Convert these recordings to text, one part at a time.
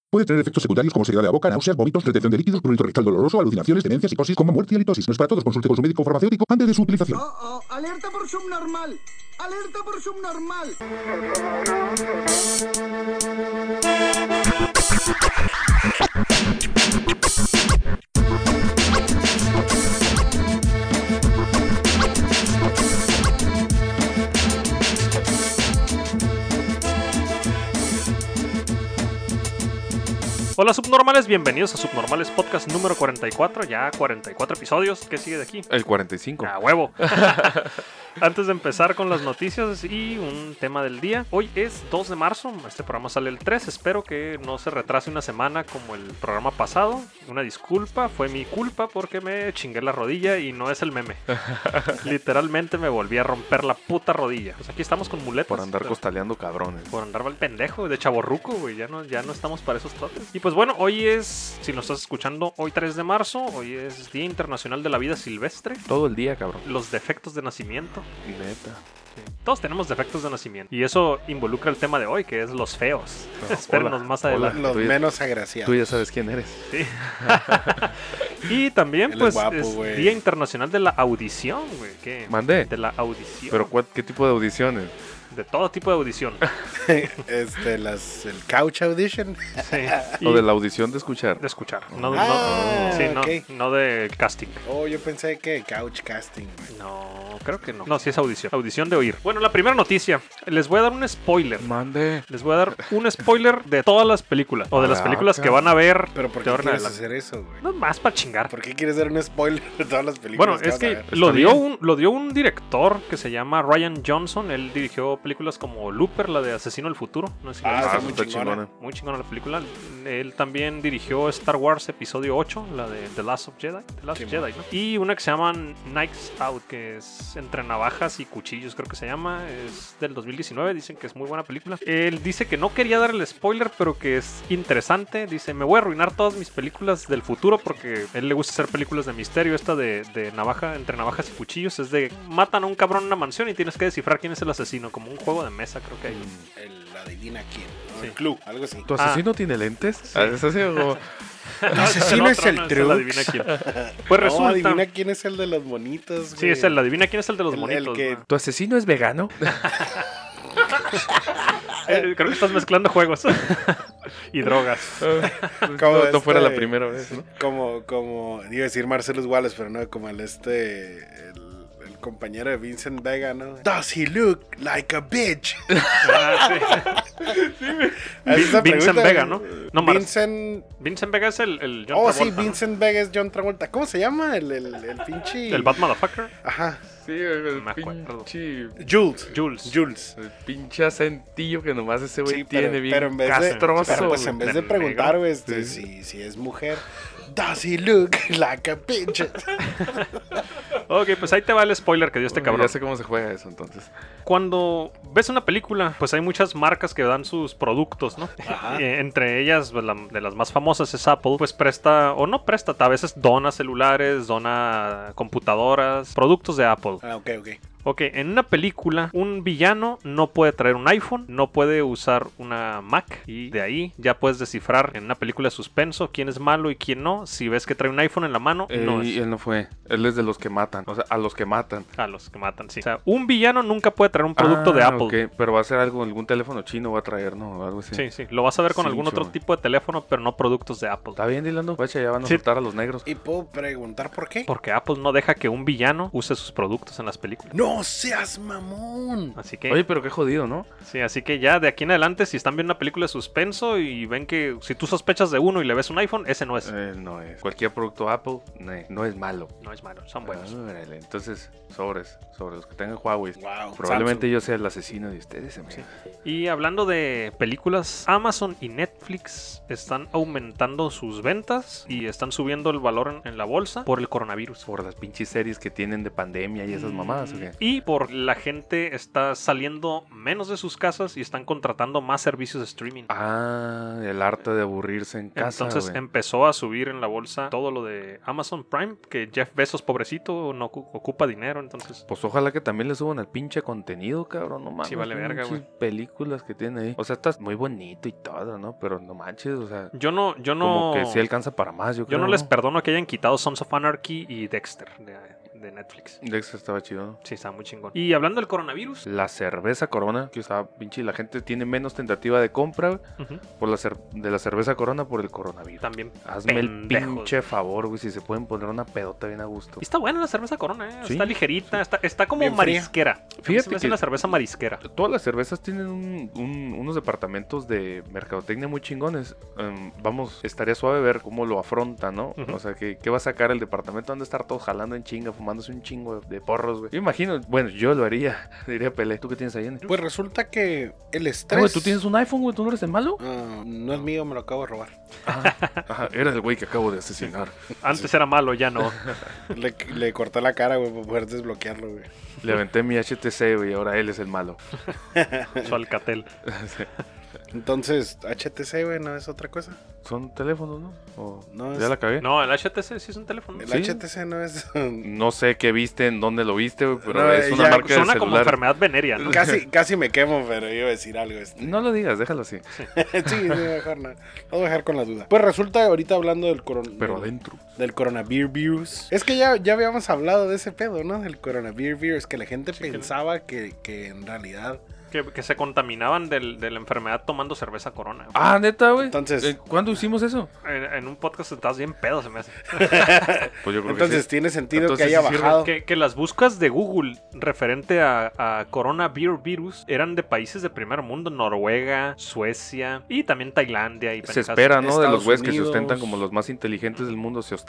Puede tener efectos secundarios como sequedad de la boca, náuseas, vómitos, retención de líquidos, prurito rectal doloroso, alucinaciones, demencia, psicosis, coma, muerte y halitosis. No es para todos. Consulte con su médico farmacéutico antes de su utilización. ¡Alerta por subnormal! ¡Alerta por subnormal! Hola subnormales, bienvenidos a Subnormales Podcast número 44, ya 44 episodios. ¿Qué sigue de aquí? El 45. ¡A huevo! Antes de empezar con las noticias y un tema del día, hoy es 2 de marzo, este programa sale el 3, espero que no se retrase una semana como el programa pasado. Una disculpa, fue mi culpa porque me chingué la rodilla y no es el meme. Literalmente me volví a romper la puta rodilla. Pues aquí estamos con muletas. Por andar costaleando cabrones. Por andar mal pendejo, de chavorruco, güey, ya no estamos para esos trotes. Y pues bueno, hoy es, si nos estás escuchando, hoy 3 de marzo, hoy es Día Internacional de la Vida Silvestre. Todo el día, cabrón. Los defectos de nacimiento. Neta. Sí. Todos tenemos defectos de nacimiento. Y eso involucra el tema de hoy, que es los feos. No, Espérenos más adelante. Los menos agraciados. Tú ya sabes quién eres. Sí. Y también, Él pues, es guapo, es güey. Día Internacional de la Audición, güey. ¿Qué? ¿Mandé? De la audición. Pero ¿qué tipo de audiciones? De todo tipo de audición. el Couch Audition. Sí. O de la audición de escuchar. De escuchar. Ok. No de casting. Oh, yo pensé que Couch Casting, güey. No, creo que no. No, sí es audición. Audición de oír. Bueno, la primera noticia. Les voy a dar un spoiler. Mande. Les voy a dar un spoiler de todas las películas. O de las películas que van a ver. Pero ¿por de qué ahora en quieres adelante. hacer eso, güey? No más para chingar. ¿Por qué quieres dar un spoiler de todas las películas? Bueno, es vas a que ver? lo dio un director que se llama Ryan Johnson. Él dirigió películas como Looper, la de Asesino del Futuro. No sé si la Ah, viste. está muy está chingona. chingona. Muy chingona la película. Él también dirigió Star Wars Episodio 8, la de The Last of Jedi. Sí, Jedi, ¿no? Y una que se llama Knives Out, que es entre navajas y cuchillos, creo que se llama. Es del 2019, dicen que es muy buena película. Él dice que no quería dar el spoiler, pero que es interesante. Dice, me voy a arruinar todas mis películas del futuro porque a él le gusta hacer películas de misterio. Esta de navaja, entre navajas y cuchillos, es de matan a un cabrón en una mansión y tienes que descifrar quién es el asesino, como un juego de mesa, creo que hay. El adivina quién, ¿no? Sí. El club, algo así. ¿Tu asesino tiene lentes? Sí. ¿Es así como... El asesino es el no, Trux. adivina quién. Pues No, resulta. adivina quién es el de los monitos, Sí, güey. es el adivina quién es el de los El monitos. que- ¿no? ¿Tu asesino es vegano? Creo que estás mezclando juegos y drogas. Como No fuera este- la primera vez, ¿no? Como iba a decir Marcellus Wallace, pero no, como el compañero de Vincent Vega, ¿no? Does he look like a bitch? Esa Vincent pregunta, Vega, ¿no? No, Vincent Vega es el John Oh, Travolta, sí, ¿no? Vincent Vega es John Travolta. ¿Cómo se llama? El pinche... El Bad Motherfucker. Ajá. Sí, el No me acuerdo. pinche... Jules. El pinche acentillo que nomás ese güey Sí, tiene bien pero en vez de, castroso. pero pues en güey. vez de negro. preguntar, güey, Sí. si es mujer, does he look like a bitch? Ok, pues ahí te va el spoiler que dio este Bueno, cabrón. Ya sé cómo se juega eso, entonces. Cuando ves una película, pues hay muchas marcas que dan sus productos, ¿no? Ajá. Entre ellas, pues, de las más famosas es Apple, pues presta, o no presta, a veces dona celulares, dona computadoras, productos de Apple. Ah, ok. Ok, en una película, un villano no puede traer un iPhone, no puede usar una Mac, y de ahí ya puedes descifrar en una película de suspenso quién es malo y quién no. Si ves que trae un iPhone en la mano, no Y es él no fue. Él es de los que matan. O sea, a los que matan. a los que matan, sí. O sea, un villano nunca puede traer un producto de Apple. Ok, pero va a ser algún teléfono chino, va a traer, ¿no? Algo así. Sí, lo vas a ver con algún Cincho. otro tipo de teléfono, pero no productos de Apple. Está bien, Dilando. Guacha, ya van a Sí. soltar a los negros. ¿Y puedo preguntar por qué? Porque Apple no deja que un villano use sus productos en las películas. ¡No seas mamón! Así que, Oye, pero qué jodido, ¿no? sí, así que ya de aquí en adelante, si están viendo una película de suspenso y ven que si tú sospechas de uno y le ves un iPhone, ese no es. No es. Cualquier producto Apple no es malo. No es malo, son buenos. Órale, entonces, sobre los que tengan Huawei. Wow, Probablemente Samsung. yo sea el asesino de ustedes, amigo. Sí. Y hablando de películas, Amazon y Netflix están aumentando sus ventas y están subiendo el valor en la bolsa por el coronavirus. Por las pinches series que tienen de pandemia y esas mamadas, ¿o qué? y por la gente está saliendo menos de sus casas y están contratando más servicios de streaming. Ah, el arte de aburrirse en casa. Entonces güey. empezó a subir en la bolsa todo lo de Amazon Prime, que Jeff Bezos, pobrecito, no ocupa dinero, entonces... Pues ojalá que también le suban al pinche contenido, cabrón. No mames. Sí, vale verga, pinches películas que tiene ahí. O sea, está muy bonito y todo, ¿no? Pero no manches, o sea... Yo no... Como que sí alcanza para más, yo creo. Yo no les perdono que hayan quitado Sons of Anarchy y Dexter de Netflix. Dexter estaba chido, ¿no? Sí, estaba muy chingón. Y hablando del coronavirus... La cerveza Corona, que estaba pinche, la gente tiene menos tentativa de compra Ujú. por de la cerveza Corona por el coronavirus. También Hazme el pendejos. pinche favor, güey, si se pueden poner una pedota bien a gusto. Y está buena la cerveza Corona, Sí. Está ligerita, está como Bien fría. marisquera. Fíjate Se me hace que- una cerveza marisquera. Todas las cervezas tienen unos departamentos de mercadotecnia muy chingones. Vamos, estaría suave ver cómo lo afronta, ¿no? Ujú. O sea, ¿qué va a sacar el departamento? ¿Dónde estar todos jalando en chinga, fumándose un chingo de porros, güey? Yo imagino, bueno, yo lo haría, diría Pelé. ¿Tú qué tienes ahí? Pues resulta que el Ah, estrés... güey, ¿tú tienes un iPhone, güey? ¿Tú no eres el malo? Ah, no es mío, me lo acabo de robar. Ajá, era el güey que acabo de asesinar. Antes era malo, ya no. Le corté la cara, güey, para poder desbloquearlo, güey. Le aventé mi HTC, güey, y ahora él es el malo. Su Alcatel. Entonces, HTC, güey, no es otra cosa. Son teléfonos, ¿no? ¿O No, ya es- la cagué? No, el HTC sí es un teléfono. El ¿Sí? HTC no es... No sé qué viste, en dónde lo viste, güey, pero No, es una ya marca de Suena como celular. enfermedad venérea, ¿no? casi me quemo, pero iba a decir algo. No lo digas, déjalo así. Sí, mejor no. Lo voy a dejar con la duda. Pues resulta, ahorita hablando del Pero adentro. del coronavirus. Es que ya habíamos hablado de ese pedo, ¿no? Del coronavirus, que la gente pensaba que en realidad... Que se contaminaban de la enfermedad tomando cerveza Corona. Ah, neta, güey. Entonces- ¿Cuándo hicimos eso? En un podcast estabas bien pedo, se me hace. Pues yo creo Entonces que sí. tiene sentido Entonces que haya sí sirve. bajado. Que las buscas de Google referente a coronavirus eran de países de primer mundo, Noruega, Suecia y también Tailandia y Se pendejadas. espera, ¿no? De los Estados güeyes que se Unidos. ostentan como los más inteligentes del mundo, se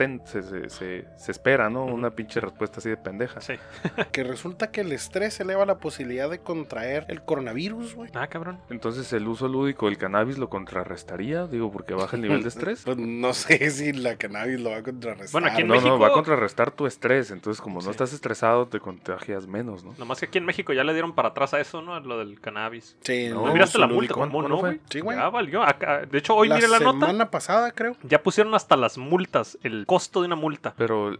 espera, ¿no? Una pinche respuesta así de pendeja. Sí. Que resulta que el estrés eleva la posibilidad de contraer el coronavirus, güey. Ah, cabrón. Entonces, ¿el uso lúdico del cannabis lo contrarrestaría? Digo, porque baja el nivel de estrés. Pues no sé si la cannabis lo va a contrarrestar. Bueno, aquí en No, México- va a contrarrestar tu estrés. Entonces, como no Sí. estás estresado, te contagias menos, ¿no? Nomás que aquí en México ya le dieron para atrás a eso, ¿no? A lo del cannabis. Sí, No, ¿No miraste la uso multa? lúdico. ¿Cómo ¿Cuándo no, fue? güey? Sí, güey. Ya valió. De hecho, hoy miré la nota. semana pasada, creo. Ya pusieron hasta las multas, el costo de una multa. Pero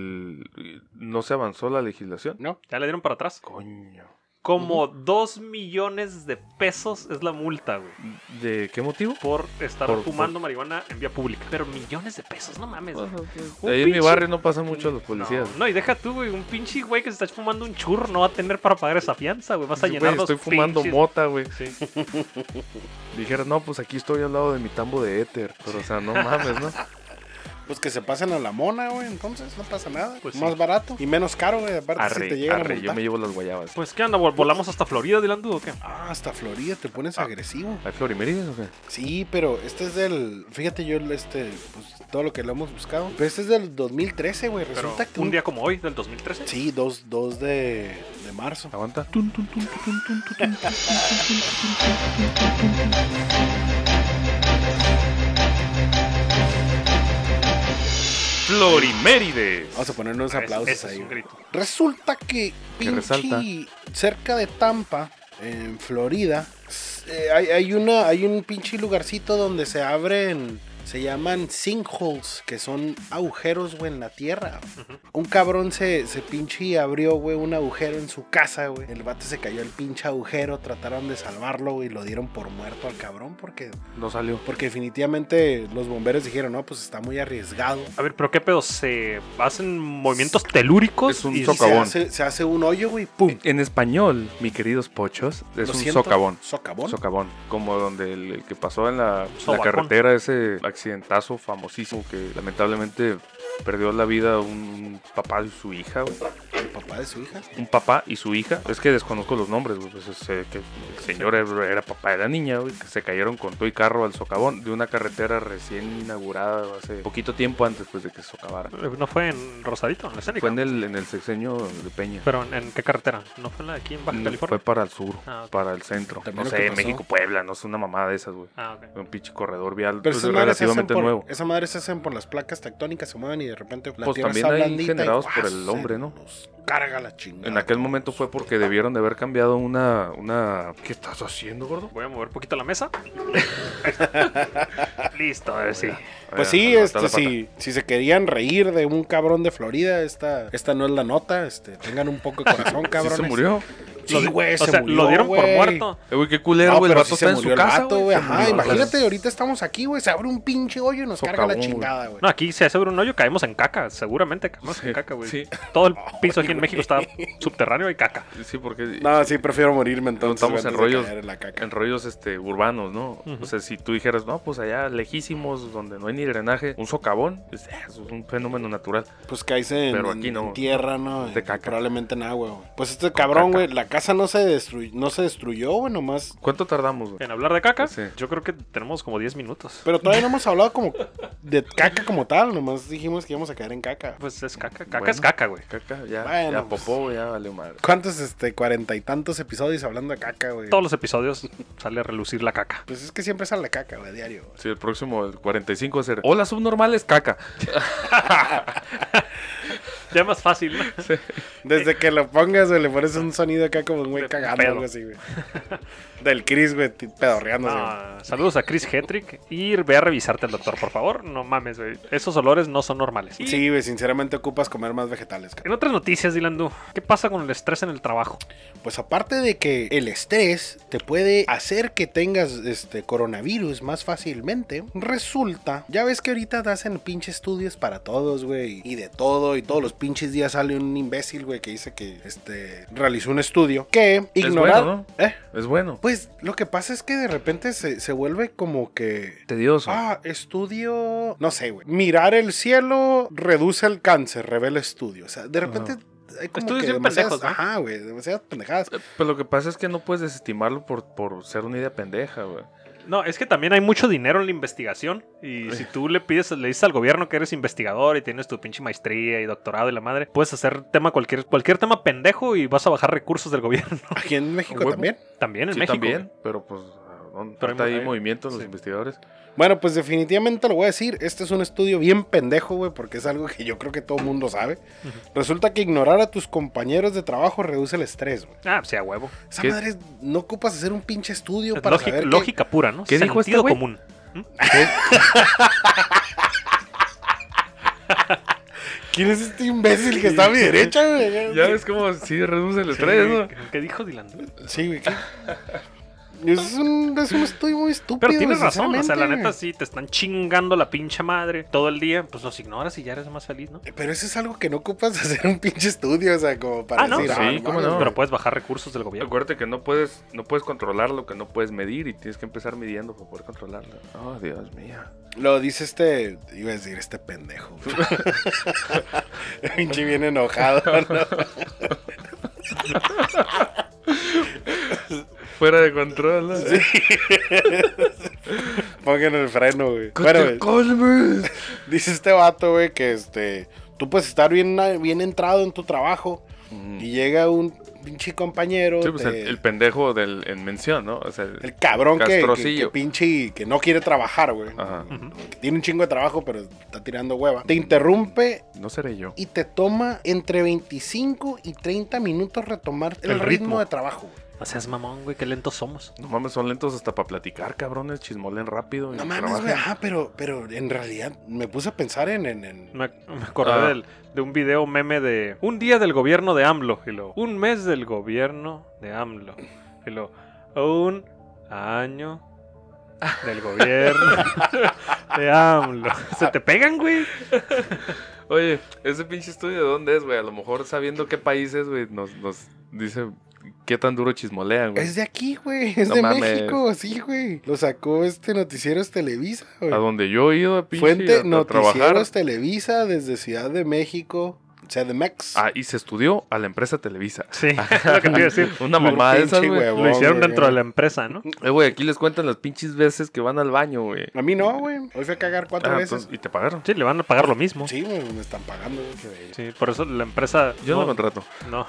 no se avanzó la legislación. No. Ya le dieron para atrás. Coño. Como 2 millones de pesos es la multa, güey. ¿De qué motivo? Por estar Por- fumando marihuana en vía pública. Pero millones de pesos, no mames. güey. Un Ahí en mi pinche- barrio no pasan mucho los policías. No, y deja tú, güey. Un pinche güey que se está fumando un churro no va a tener para pagar esa fianza, güey. Vas a Güey, llenar los estoy fumando pinches- mota, güey. Sí. Dijera, no, pues aquí estoy al lado de mi tambo de éter. Pero, o sea, no mames, ¿no? Pues que se pasen a la mona, güey. Entonces no pasa nada. Pues Más sí. barato y menos caro, güey. Aparte, si te llegan a Arre, yo multar. me llevo las guayabas. Pues, ¿qué onda? ¿Volamos hasta Florida, Dylan, o qué? Ah, hasta Florida te pones agresivo. ¿Hay florimérides o qué? Sí, pero este es del... Fíjate, yo pues todo lo que lo hemos buscado. Pero este es del 2013, güey. Pero Resulta que un día como hoy, del 2013. Sí, 2 de marzo. Aguanta. Florimérides. Vamos a poner unos aplausos Ese ahí. es un güey. grito. Resulta que resalta. pinche cerca de Tampa, en Florida, hay un pinche lugarcito donde se abren, se llaman sinkholes, que son agujeros, güey, en la tierra. Un cabrón se pinche abrió, güey, un agujero en su casa, güey. El vato se cayó al pinche agujero, trataron de salvarlo, güey, y lo dieron por muerto al cabrón porque No salió. definitivamente los bomberos dijeron, no, pues está muy arriesgado. A ver, pero qué pedo, se hacen movimientos telúricos. Es un y socavón. Se hace un hoyo, güey, pum. En español, mi queridos pochos, es Lo un siento. socavón. ¿Socavón? Socavón. Como donde el que pasó en la Sobacón. carretera, ese accidentazo famosísimo que lamentablemente perdió la vida un papá y su hija, güey. El papá de su hija. Un papá y su hija. Es que desconozco los nombres, güey. Pues sé que el señor era papá de la niña, güey. Que se cayeron con todo y carro al socavón de una carretera recién inaugurada hace poquito tiempo antes pues, de que se socavara. ¿No fue en Rosarito, en la escénica? Fue en el sexenio de Peña. ¿Pero en qué carretera? ¿No fue en la de aquí en Baja No, California? fue para el sur, Ah, ok. para el centro. También No lo que sé, pasó. México-Puebla, no es una mamada de esas, güey. Ah, ok. Un pinche corredor vial Pero pues, esas madres, relativamente nuevo. esas madres se hacen por las placas tectónicas, se mueven y de repente la Pues tierra también está hay blandita y, generados ¡guau! por el hombre, ¿no? Nos carga la chingada. En aquel momento fue porque debieron de haber cambiado una... ¿Qué estás haciendo, gordo? Voy a mover un poquito la mesa. Listo, a ver si. Pues Vaya, sí, levanta la pata. si se querían reír de un cabrón de Florida, esta no es la nota. Tengan un poco de corazón, ¿Sí cabrones. se murió? Sí, güey, O se sea, murió, lo dieron por güey. muerto. Güey, qué culero, No, güey. El pero vato sí se está en murió su el casa, vato, güey. Se Ajá, murió. imagínate, ahorita estamos aquí, güey. Se abre un pinche hoyo y nos carga la Socavón, chingada, güey. No, aquí se hace un hoyo, caemos en caca. Seguramente caemos en caca, güey. sí. Todo el piso aquí en México está subterráneo y caca. Sí, porque... No, sí, prefiero morirme entonces. Estamos güey, en antes de rollos, caer en la caca. en rollos urbanos, ¿no? O sea, si tú dijeras, no, pues allá lejísimos, donde no hay ni drenaje, un socavón, eso es un fenómeno natural. Pues caes en, Pero aquí no. en tierra, ¿no? De caca. Probablemente en agua, güey. Pues este cabrón, caca. güey, la casa no se destruyó, güey, nomás. ¿Cuánto tardamos, güey? En hablar de caca, Sí. yo creo que tenemos como 10 minutos. Pero todavía no hemos hablado como de caca como tal, nomás dijimos que íbamos a caer en caca. Pues es caca. Caca Bueno. es caca, güey. Caca, ya, Bueno, ya pues. popó, ya valió madre. ¿Cuántos, 40 y tantos episodios hablando de caca, güey? Todos los episodios sale a relucir la caca. Pues es que siempre sale la caca, güey, diario. Sí, el próximo, el 45 va a ser, hola subnormales, caca. Ya más fácil, ¿no? Desde que lo pongas, güey, le pones un sonido acá como un güey De cagando, pedo. algo así, güey. Del Chris, güey, pedorreándose. güey. No, saludos a Chris Hetrick y ve a revisarte al doctor, por favor. No mames, güey. Esos olores no son normales. Y Sí, güey, sinceramente ocupas comer más vegetales, cara. en otras noticias, Dylan Du, ¿qué pasa con el estrés en el trabajo? Pues aparte de que el estrés te puede hacer que tengas coronavirus más fácilmente, resulta, ya ves que ahorita hacen pinches estudios para todos, güey, y de todo, y todos los pinches días sale un imbécil, güey, que dice que realizó un estudio que ignorar. bueno, Es bueno. Pues lo que pasa es que de repente se vuelve como que Tedioso. estudio, no sé, güey. Mirar el cielo reduce el cáncer, revela estudio. O sea, de repente hay como Estudios que bien demasiadas, pendejos, ¿no? ajá, güey, demasiadas pendejadas. Pero lo que pasa es que no puedes desestimarlo por ser una idea pendeja, güey. No, es que también hay mucho dinero en la investigación. Y si tú le dices al gobierno que eres investigador y tienes tu pinche maestría y doctorado y la madre, puedes hacer cualquier tema pendejo y vas a bajar recursos del gobierno. Aquí en México Huevo. también. También en Sí, México. también, güey. pero pues Pero falta hay- ahí movimiento en los sí. investigadores. Bueno, pues definitivamente lo voy a decir. Este es un estudio bien pendejo, güey, porque es algo que yo creo que todo el mundo sabe. Resulta que ignorar a tus compañeros de trabajo reduce el estrés, güey. Ah, sí, a huevo. Esa ¿Qué? madre, no ocupas hacer un pinche estudio Es para lógica, saber que- lógica pura, ¿no? ¿Qué dijo este Sentido güey? común. ¿Quién es este imbécil que está a mi derecha, güey? Ya ves cómo sí reduce el estrés, ¿no? ¿Qué dijo Dylan? Sí, güey. ¿qué? Es un estudio muy estúpido. Pero tienes güey, razón, o sea, la sinceramente, neta güey. sí, te están chingando la pinche madre todo el día, pues los ignoras y ya eres más feliz, ¿no? Pero eso es algo que no ocupas hacer un pinche estudio, o sea, como para Ah, ¿no? decir, Sí, ¿cómo mames, no? Pero puedes bajar recursos del gobierno. Acuérdate que no puedes controlar lo que no puedes medir y tienes que empezar midiendo para poder controlarlo. Oh, Dios mío. Lo dice iba a decir este pendejo. Pinche bien enojado, ¿no? Fuera de control, ¿no? Pongan el freno, güey. Bueno, güey, dice este vato, güey, que tú puedes estar bien entrado en tu trabajo y llega un pinche compañero. Sí, pues el pendejo en mención, ¿no? O sea, El cabrón que Castrocillo. pinche que no quiere trabajar, güey. Ajá. Que tiene un chingo de trabajo, pero está tirando hueva. Te interrumpe No seré yo. y te toma entre 25 y 30 minutos retomar el El ritmo ritmo. de trabajo, güey. No seas mamón, güey, qué lentos somos. No mames, son lentos hasta para platicar, cabrones. Chismolen rápido. y No mames, trabajen. güey. Ajá, pero en realidad me puse a pensar en Me acordé de un video meme de un día del gobierno de AMLO. Y luego, un mes del gobierno de AMLO. Y luego, un año del gobierno de AMLO. Se te pegan, güey. Oye, ese pinche estudio de dónde es, güey. A lo mejor sabiendo qué país es, güey, nos dice qué tan duro chismolean, güey. Es de aquí, güey. Es No de mames. México, sí, güey. Lo sacó Noticieros Televisa, güey. A donde yo he ido a pinche Fuente a trabajar. Noticieros Televisa desde Ciudad de México. CDMX. Ah, y se estudió a la empresa Televisa. Sí, es lo que te iba a decir. Una Puro mamá de esas, pinche güey. huevón, Lo hicieron güey. dentro de la empresa, ¿no? Güey, aquí les cuentan las pinches veces que van al baño, güey. A mí no, güey. Hoy fui a cagar 4 Ah, veces. entonces, y te pagaron. Sí, le van a pagar lo mismo. Sí, güey, me están pagando, güey. Sí, por eso la empresa... Yo no contrato. No,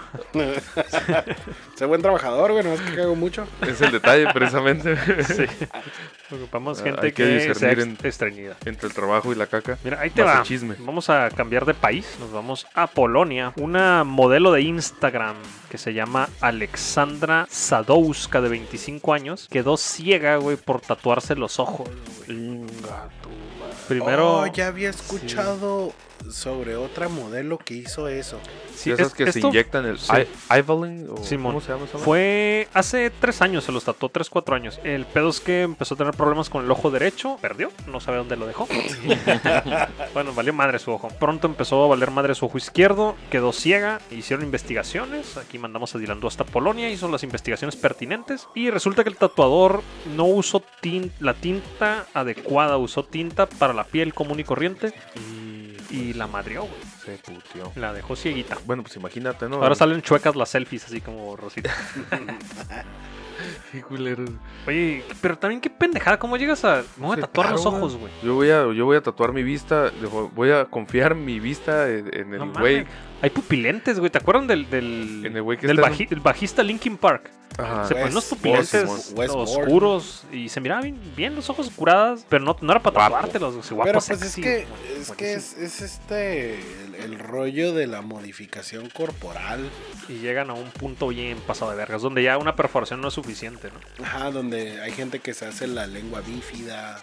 Soy buen trabajador, güey, nomás que cago mucho. Es el detalle, precisamente. sí. Ocupamos Hay gente que que sea discernir estreñida. entre el trabajo y la caca. Mira, ahí te Más va. el chisme. Vamos a cambiar de país. Nos vamos a Polonia. Una modelo de Instagram que se llama Alexandra Sadowska, de 25 años, quedó ciega, güey, por tatuarse los ojos, güey. Primero... Oh, ya había escuchado sobre otra modelo que hizo eso. Sí, Esas que se esto- inyectan el sí. Ivalin, o Simón. ¿cómo se llama esa madre? Fue hace 3 años, se los tatuó, 3, 4 años. El pedo es que empezó a tener problemas con el ojo derecho, perdió, no sabe dónde lo dejó. Bueno, valió madre su ojo. Pronto empezó a valer madre su ojo izquierdo, quedó ciega, hicieron investigaciones. Aquí mandamos a Dilandú hasta Polonia, hizo las investigaciones pertinentes y resulta que el tatuador no usó la tinta adecuada, usó tinta para la piel común y corriente y la madrió, güey. Se puteó. La dejó cieguita. Bueno, pues imagínate, ¿no? Ahora salen chuecas las selfies, así como Rosita. Qué culero. Oye, pero también qué pendejada, ¿cómo llegas a... Me voy a Sí, tatuar claro, los ojos, güey? Yo voy a tatuar mi vista, voy a confiar mi vista en No el mames. güey. Hay pupilentes, güey. ¿Te acuerdan del En el güey que del está el bajista Linkin Park? Ajá. Se ponen unos Wes pupilentes Borland. oscuros y se miraba bien los ojos curadas, pero no era para tatuártelos, güey. Guapo, Pero pues sexy, es güey. que es el rollo de la modificación corporal. Y llegan a un punto bien pasado de vergas, donde ya una perforación no es suficiente, ¿no? Ajá, donde hay gente que se hace la lengua bífida.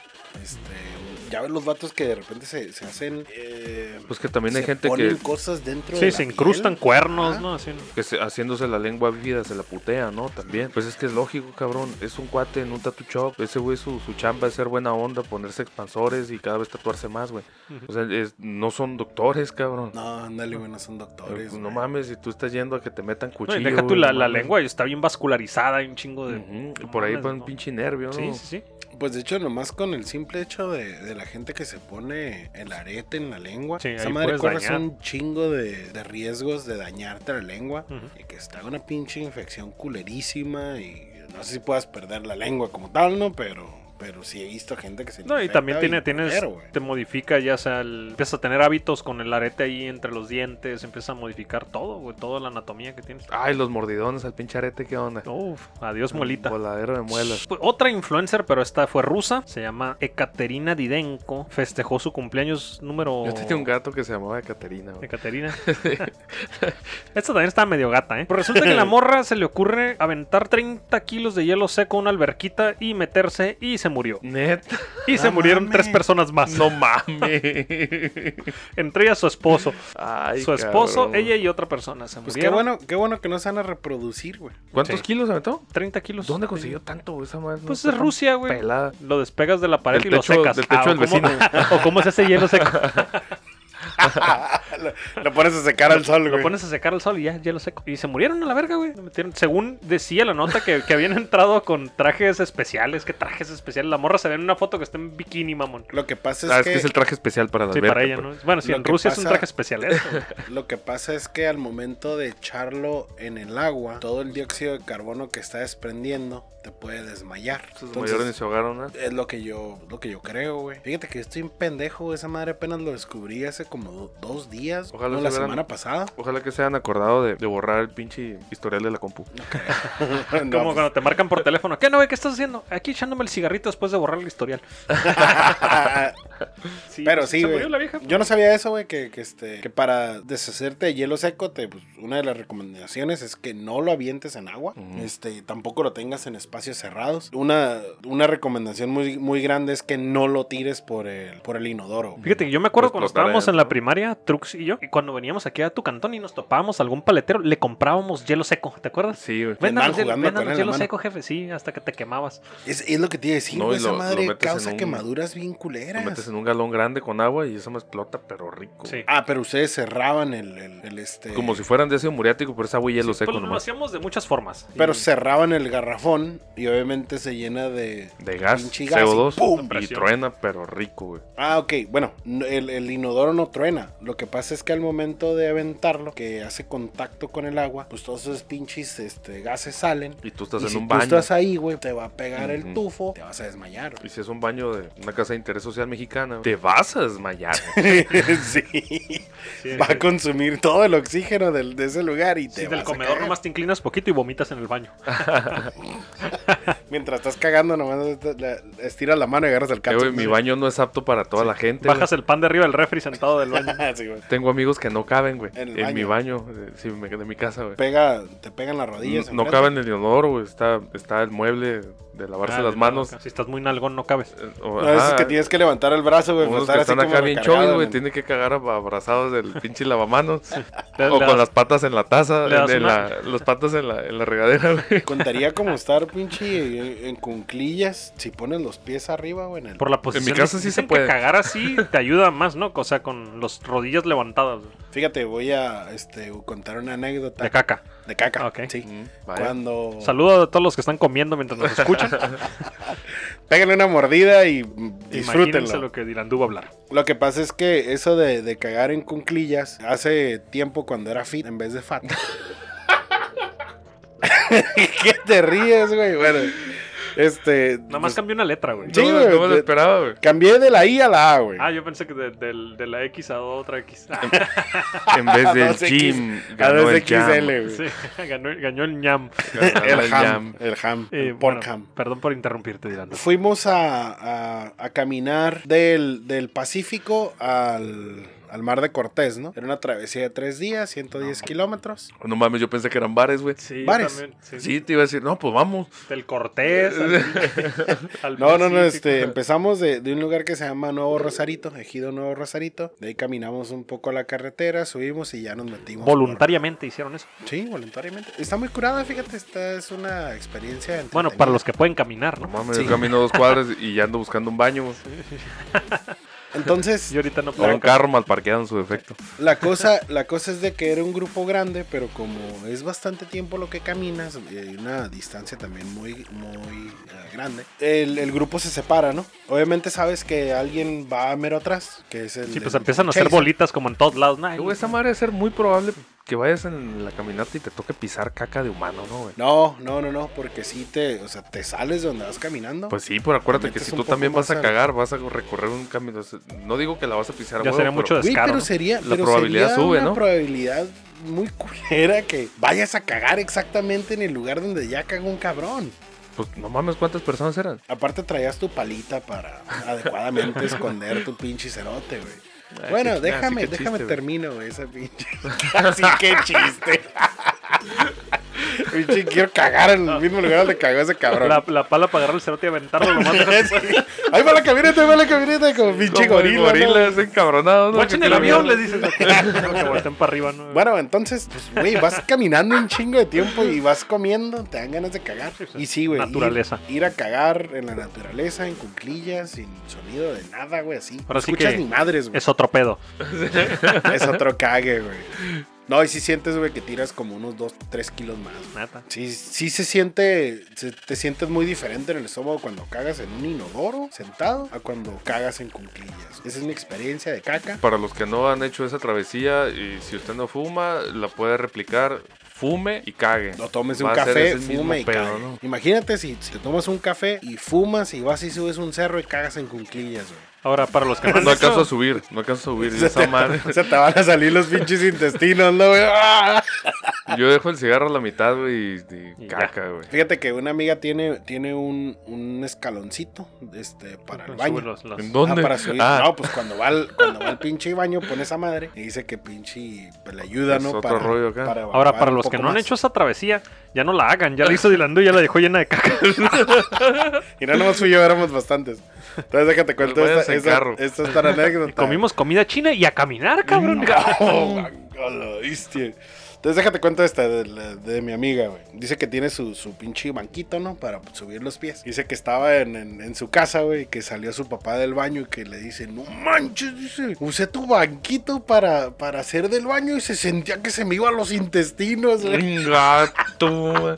Ya ves los vatos que de repente se hacen. Pues que también hay se gente ponen que, cosas dentro de Sí, la se incrustan piel. cuernos, Ajá. ¿no? Así, ¿no? haciéndose la lengua bífida se la putea, ¿no? También. Pues es que es lógico, cabrón. Es un cuate en un tattoo shop. Ese güey su chamba es ser buena onda, ponerse expansores y cada vez tatuarse más, güey. O sea, no son doctores, cabrón. No, ándale, güey, no son doctores. No güey. mames, si tú estás yendo a que te metan No, cuchillo. y deja tú güey, la no mames. lengua, está bien vascularizada, hay un chingo de... Ujú, y no por ahí mames, va un ¿no? pinche nervio, ¿no? Sí, sí, sí. Pues de hecho, nomás con el simple hecho de la gente que se pone el arete en la lengua, Sí, esa ahí madre puedes corres dañar. un chingo de riesgos de dañarte la lengua Ujú. y que está una pinche infección culerísima y no sé si puedas perder la lengua como tal, ¿no? Pero sí he visto gente que se No, y infecta también bien tienes, culero, güey. te modifica ya sea, empiezas a tener hábitos con el arete ahí entre los dientes, empieza a modificar todo, güey, toda la anatomía que tienes. Ay, los mordidones al pinche arete, ¿qué onda? Uf, adiós molita. Voladero de muelas. Fue otra influencer, pero esta fue rusa, se llama Ekaterina Didenko, festejó su cumpleaños número... Yo tenía un gato que se llamaba Caterina, güey. Ekaterina. Esta también está medio gata, ¿eh? Pues resulta que a la morra se le ocurre aventar 30 kilos de hielo seco a una alberquita y meterse y se murió. Neta. Y se No murieron mames. 3 personas más. No mames. Entre ellas su esposo. Ay, Su esposo, cabrón. ella y otra persona se Pues murieron. qué bueno que no se van a reproducir, güey. ¿Cuántos Sí. kilos aventó? 30 kilos. ¿Dónde consiguió tanto, güey? Esa madre no Pues está es tan Rusia, güey. Pelada. Lo despegas de la pared Del y techo- lo secas. del techo del o cómo- vecino. o cómo es ese hielo seco. Lo pones a secar al sol, Lo güey. pones a secar al sol y ya, hielo seco. Y se murieron a la verga, güey. Lo metieron. Según decía la nota que habían entrado con trajes especiales. ¿Qué trajes especiales? La morra se ve en una foto que está en bikini, mamón. Lo que pasa Ah, es es que es el traje especial para la Sí, alberca, para ella, pues. ¿no? Bueno, sí, Lo en que Rusia es un pasa- traje especial eso. Lo que pasa es que al momento de echarlo en el agua, todo el dióxido de carbono que está desprendiendo te puede desmayar. Esos Entonces, mayores ni se ahogaron, ¿no? es lo que yo creo, güey. Fíjate que estoy un pendejo, esa madre apenas lo descubrí hace como 2 días. Ojalá no, se la hubieran- semana pasada. Ojalá que se hayan acordado de borrar el pinche historial de la compu. No, Como pues, cuando te marcan por teléfono. ¿Qué no, güey? ¿Qué estás haciendo? Aquí echándome el cigarrito después de borrar el historial. Sí, Pero pues, sí, se güey. murió la vieja. Yo no sabía eso, güey, que para deshacerte de hielo seco, pues, una de las recomendaciones es que no lo avientes en agua. Tampoco lo tengas en espacios cerrados. Una recomendación muy, muy grande es que no lo tires por el inodoro. Fíjate que yo me acuerdo Pues cuando explotar estábamos en adentro. la primaria, Trux y yo, y cuando veníamos aquí a tu cantón y nos topábamos algún paletero, le comprábamos hielo seco, ¿te acuerdas? Sí, güey. Véndanos Andaban jugando con él en la hielo mano. seco, jefe, sí, hasta que te quemabas. Es lo que te iba a decir, No, güey, y esa lo madre metes causa en un- quemaduras bien Lo culeras. metes en un galón grande con agua y eso me explota, pero rico. Sí. Ah, pero ustedes cerraban Como si fueran de ácido muriático, pero es agua y hielo seco Pues lo nomás. hacíamos de muchas formas. Pero Y- cerraban el garrafón y obviamente se llena de Gas, pinche gas y CO2 ¡pum! y Presión. truena, pero rico, güey. Ah, ok, bueno, el inodoro no truena. Lo que pasa es que al momento de aventarlo, que hace contacto con el agua, pues todos esos pinches gases salen. Y tú estás Y en si un tú baño. estás ahí, güey, te va a pegar el Ujú. tufo, te vas a desmayar. Y si es un baño de una casa de interés social mexicana, te vas a desmayar. Sí. Sí, Va a consumir todo el oxígeno de ese lugar y te Sí, vas del a comedor caer. nomás te inclinas poquito y vomitas en el baño. Mientras estás cagando, nomás estiras la mano y agarras el Güey, catsup. mi baño no es apto para toda la gente. Bajas el pan de arriba del refri sentado del baño. Sí, güey. Tengo amigos que no caben, güey. En el En mi baño. baño, de mi casa, güey. Te pegan las rodillas. No enfrente. caben en el inodoro, güey. Está el mueble de lavarse las manos. Si estás muy nalgón, no cabes. No, es que tienes que levantar el brazo, güey. Unos Estar que así están como acá bien recargado, chovis, güey. en- Tienen que cagar abrazados del pinche lavamanos. Le O con das- las patas en la taza. le das Las patas en la regadera, güey. Contaría como estar pinche en cunclillas si pones los pies arriba, güey. En el... Por la posición. casa sí Dicen se puede. que cagar así te ayuda más, ¿no? O sea, con las rodillas levantadas. Güey. Fíjate, voy a contar una anécdota. De caca. De caca, Ok. sí. Vaya. Cuando... Saludos a todos los que están comiendo mientras nos escuchan. Péguenle una mordida y Imagínense disfrútenlo. lo que Dylan va a hablar. Lo que pasa es que eso de cagar en cunclillas, hace tiempo cuando era fit en vez de fat. ¿Qué te ríes, güey? Bueno, Nada más cambió una letra, güey. Sí, No, güey, no me lo esperaba, güey. cambié de la I a la A, güey. Ah, yo pensé que de la X a otra X. En vez del 2X, gym, a ganó el 2XL, jam. güey. Sí, ganó el ñam. Ganó El ham, el Bueno, pork ham. perdón por interrumpirte, Dylan. Fuimos a caminar del Pacífico al Mar de Cortés, ¿no? Era una travesía de 3 días, 110 kilómetros. No mames, yo pensé que eran bares, güey. Sí, Bares. también. Sí. Sí, te iba a decir, no, pues vamos. Del Cortés al No, Pacífico. empezamos de un lugar que se llama Nuevo Rosarito, Ejido Nuevo Rosarito. De ahí caminamos un poco a la carretera, subimos y ya nos metimos. Voluntariamente hicieron eso. Sí, voluntariamente. Está muy curada, fíjate, esta es una experiencia Bueno, entretenida. para los que pueden caminar, No ¿no? mames, Sí. yo camino 2 cuadras y ya ando buscando un baño, güey. Entonces, Yo ahorita no O puedo un carro mal parqueado en su defecto. la cosa es de que era un grupo grande, pero como es bastante tiempo lo que caminas, y una distancia también muy grande, el grupo se separa, ¿no? Obviamente sabes que alguien va mero atrás, que es el... Sí, pues el empiezan a hacer chaser. bolitas como en todos lados. Nah, Güey, esa madre es ser muy probable que vayas en la caminata y te toque pisar caca de humano, ¿no, güey? No, porque sí te sales de donde vas caminando. Pues sí, pero acuérdate Te que metes si un tú poco también vas más a al- cagar, vas a recorrer un camino. No digo que la vas a pisar a ya huevo, sería mucho pero Güey, descaro. pero ¿no? sería, La probabilidad sería sube, una ¿no? probabilidad muy culera que vayas a cagar exactamente en el lugar donde ya cagó un cabrón. pues no mames, ¿cuántas personas eran? Aparte traías tu palita para adecuadamente esconder tu pinche cerote, güey. Ah, Bueno, qué- déjame sí, qué chiste, güey. termino, güey, esa pinche. Así que chiste. Pinche, quiero cagar en el mismo lugar donde cagó ese cabrón. La pala para agarrar el cerote y aventarlo lo más lejos que pueda. Ahí va la camioneta, como pinche Como el gorila. ¿no? gorila es encabronado, ¿no? Guachen Que el tira avión, miedo. les dices. Que volteen para arriba, ¿no? Bueno, entonces, pues, güey, vas caminando un chingo de tiempo y vas comiendo, te dan ganas de cagar. Y sí, güey. Naturaleza. Ir a cagar en la naturaleza, en cunclillas, sin sonido de nada, güey, así. Ahora No sí escuchas que ni madres, güey. es otro pedo. Es otro cague, güey. No, y sí sientes, güey, que tiras como unos 2-3 kilos más. Neta. Sí se siente, te sientes muy diferente en el estómago cuando cagas en un inodoro sentado a cuando cagas en cunclillas. Esa es mi experiencia de caca. Para los que no han hecho esa travesía, y si usted no fuma, la puede replicar. Fume y cague. No tomes un Va a ser café, ese mismo fume y pedo, cague. ¿no? Imagínate si te tomas un café y fumas y vas y subes un cerro y cagas en cunclillas, güey. Ahora, para los que no han No alcanzo hecho- a subir, no alcanzo a subir. Se Esa madre. se te van a salir los pinches intestinos, ¿no, güey? ¡Ah! Yo dejo el cigarro a la mitad, güey, Y y ya. caca, güey. Fíjate que una amiga tiene un escaloncito para el Sube baño. los- ¿En dónde? Para subir. Ah. No, pues cuando va al pinche baño pone esa madre y dice que pinche pues, le ayuda, Es ¿no? otro rollo acá. Ahora, evacuar para un los que poco no han más. hecho esa travesía, ya no la hagan. Ya la hizo Dilandú y ya la dejó llena de caca. Y no nomás fui yo, éramos bastantes. Entonces déjate cuento Pues esta, váyanse en esta, carro. esta es para anécdota. Comimos comida china y a caminar, cabrón. Oh, a la bestia. Entonces déjate cuento esta de mi amiga, güey. Dice que tiene su pinche banquito, ¿no? Para subir los pies. Dice que estaba en su casa, güey, que salió su papá del baño y que le dice, no manches, dice, usé tu banquito para hacer del baño y se sentía que se me iban los intestinos, güey. Gato.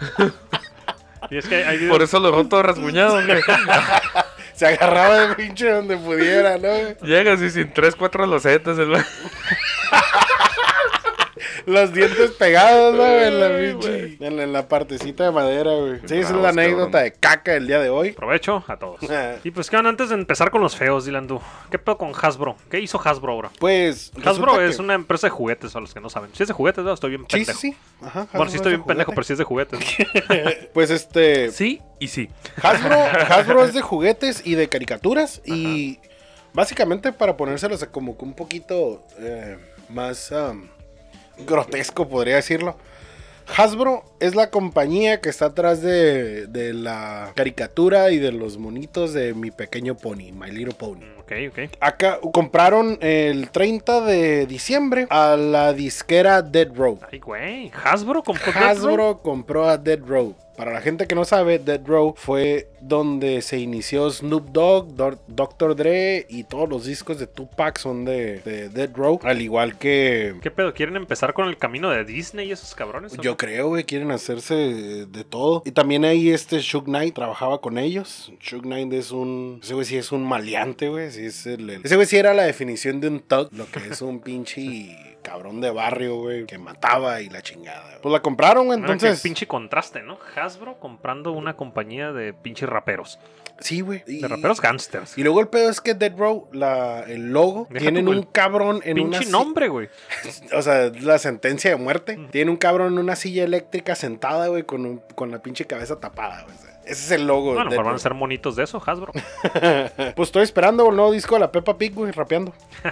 Y es que hay videos- Por eso lo dejó todo rasguñado, güey. Se agarraba de pinche donde pudiera, ¿no? Güey? Llegas y sin 3, 4 losetas, el güey. Los dientes pegados, ¿no? En la Ay, pinche. En la partecita de madera, güey. Sí, esa es la Bravos, anécdota cabrón. de caca del día de hoy. Provecho a todos. Y pues, ¿qué van antes de empezar con los feos, Dylan? Du? ¿Qué pedo con Hasbro? ¿Qué hizo Hasbro ahora? Pues. Hasbro resulta es que- una empresa de juguetes, a los que no saben. Si es de juguetes, ¿no? Estoy bien Sí, pendejo. sí, sí. Ajá, Bueno, Hasbro sí es estoy de bien pendejo, pero juguete. sí es de juguetes. Pues Sí y sí. Hasbro es de juguetes y de caricaturas. Y básicamente para ponérselos como que un poquito más grotesco, podría decirlo. Hasbro es la compañía que está atrás de la caricatura y de los monitos de Mi Pequeño Pony, My Little Pony. Ok, ok. Acá compraron el 30 de diciembre a la disquera Dead Row. Ay, güey. Hasbro compró Death Row? Hasbro compró a Dead Row. Para la gente que no sabe, Dead Row fue donde se inició Snoop Dogg, Dr. Dre y todos los discos de Tupac son de Dead Row. Al igual que... ¿Qué pedo? ¿Quieren empezar con el camino de Disney y esos cabrones? o Yo no? creo, güey, quieren hacerse de todo. Y también ahí Suge Knight trabajaba con ellos. Suge Knight es un... Ese güey sí es un maleante, güey. Sí es ese güey sí era la definición de un thug. Lo que es un pinche cabrón de barrio, güey. Que mataba y la chingada. Pues la compraron, güey. Ah, qué Entonces... pinche contraste, ¿no? Hasbro comprando una compañía de pinches raperos. Sí, güey. De raperos gangsters. Y luego el pedo es que Dead Row, el logo, Deja tienen tú un el cabrón en una... Pinche nombre, güey. O sea, la sentencia de muerte. Tiene un cabrón en una silla eléctrica sentada, güey, con la pinche cabeza tapada, güey. O sea, ese es el logo. de Bueno, Dead pues van a Row. ser monitos de eso, Hasbro. Pues estoy esperando el nuevo disco de la Peppa Pig, güey, rapeando.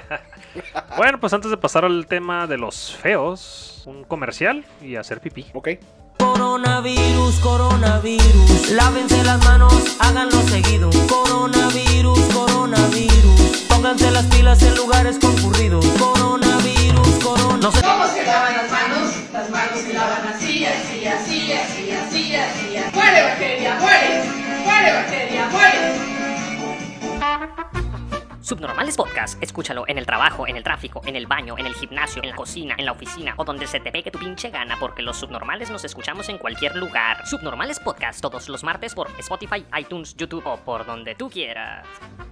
Bueno, pues antes de pasar al tema de los feos, un comercial y hacer pipí. Ok. Coronavirus, coronavirus, lávense las manos, háganlo seguido. Coronavirus, coronavirus, pónganse las pilas en lugares concurridos. Coronavirus, coronavirus. ¿Cómo se lavan las manos? Las manos se lavan así, así, así, así, así, así. ¡Muere bacteria, muere! ¡Muere bacteria, muere! Subnormales Podcast, escúchalo en el trabajo, en el tráfico, en el baño, en el gimnasio, en la cocina, en la oficina o donde se te pegue tu pinche gana, porque los subnormales nos escuchamos en cualquier lugar. Subnormales Podcast todos los martes por Spotify, iTunes, YouTube o por donde tú quieras.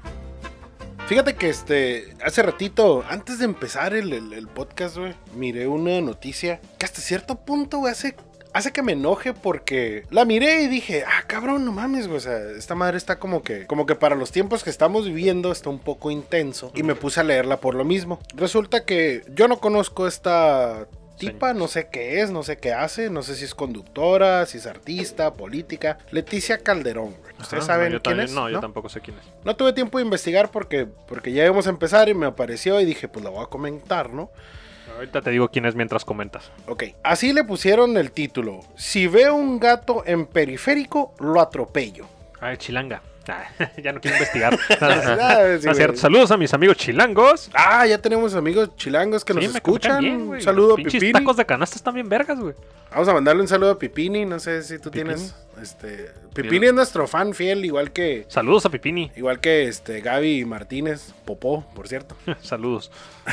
Fíjate que hace ratito, antes de empezar el podcast, güey, miré una noticia que hasta cierto punto, güey, hace que me enoje porque la miré y dije, cabrón, no mames, güey. O sea, esta madre está como que para los tiempos que estamos viviendo está un poco intenso. Y me puse a leerla por lo mismo. Resulta que yo no conozco esta tipa, no sé qué es, no sé qué hace, no sé si es conductora, si es artista, política. Leticia Calderón, güey. ¿Ustedes Ajá, saben no, yo quién también- es? No, yo tampoco sé quién es. No tuve tiempo de investigar porque ya íbamos a empezar y me apareció y dije, pues la voy a comentar, ¿no? Ahorita te digo quién es mientras comentas. Ok, así le pusieron el título. Si veo un gato en periférico, lo atropello. Ay, chilanga. Ya no quiero investigar. Sí, No es güey. cierto. Saludos a mis amigos chilangos. Ya tenemos amigos chilangos que nos Sí, me escuchan. caen bien, güey. Un saludo a Pinches Pipini. tacos de canasta están bien vergas, güey. Vamos a mandarle un saludo a Pipini. No sé si tú tienes. Pipini es nuestro fan fiel, igual que Saludos a Pipini. Gaby Martínez, Popó, por cierto. Saludos.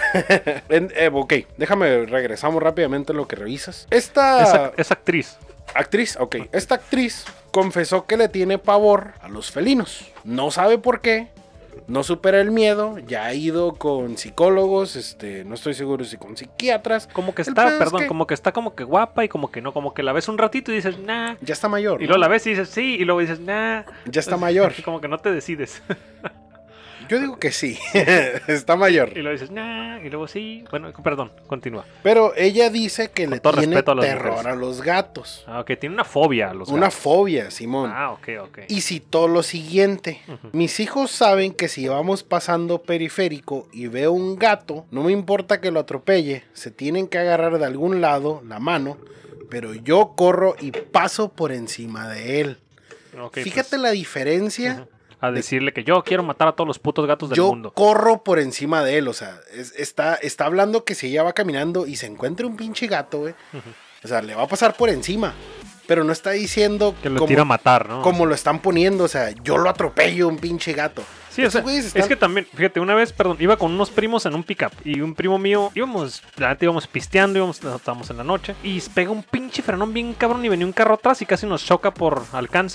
Ok, déjame, regresamos rápidamente a lo que revisas. Esta Es actriz. actriz, ok, esta actriz confesó que le tiene pavor a los felinos. No sabe por qué. No supera el miedo, ya ha ido con psicólogos, no estoy seguro si con psiquiatras. Como que El está, pedo es perdón, que como que está como que guapa y como que no, como que la ves un ratito y dices, nah. ya está mayor. Y ¿no? luego la ves y dices, sí, y luego dices, nah. Ya está mayor. Y como que no te decides. Yo digo que sí, está mayor. Y luego dices, nah, y luego sí. Bueno, perdón, continúa. Pero ella dice que le todo tiene respeto a las terror mujeres. a los gatos. Ah, ok, tiene una fobia a los Una gatos. fobia, Simón. Ah, ok, ok. Y citó lo siguiente: mis hijos saben que si vamos pasando periférico y veo un gato, no me importa que lo atropelle, se tienen que agarrar de algún lado la mano, pero yo corro y paso por encima de él. Ok, Fíjate pues, la diferencia. a decirle que yo quiero matar a todos los putos gatos del Yo mundo. corro por encima de él, o sea, está hablando que si ella va caminando y se encuentra un pinche gato, güey, o sea, le va a pasar por encima, pero no está diciendo Que lo tira a matar, ¿no? como lo están poniendo, o sea, yo lo atropello un pinche gato. Sí, o Esos sea, güeyes es están- que también, fíjate, una vez, perdón, iba con unos primos en un pickup y un primo mío, la neta íbamos pisteando, estábamos en la noche y pega un pinche frenón bien cabrón y venía un carro atrás y casi nos choca por alcance.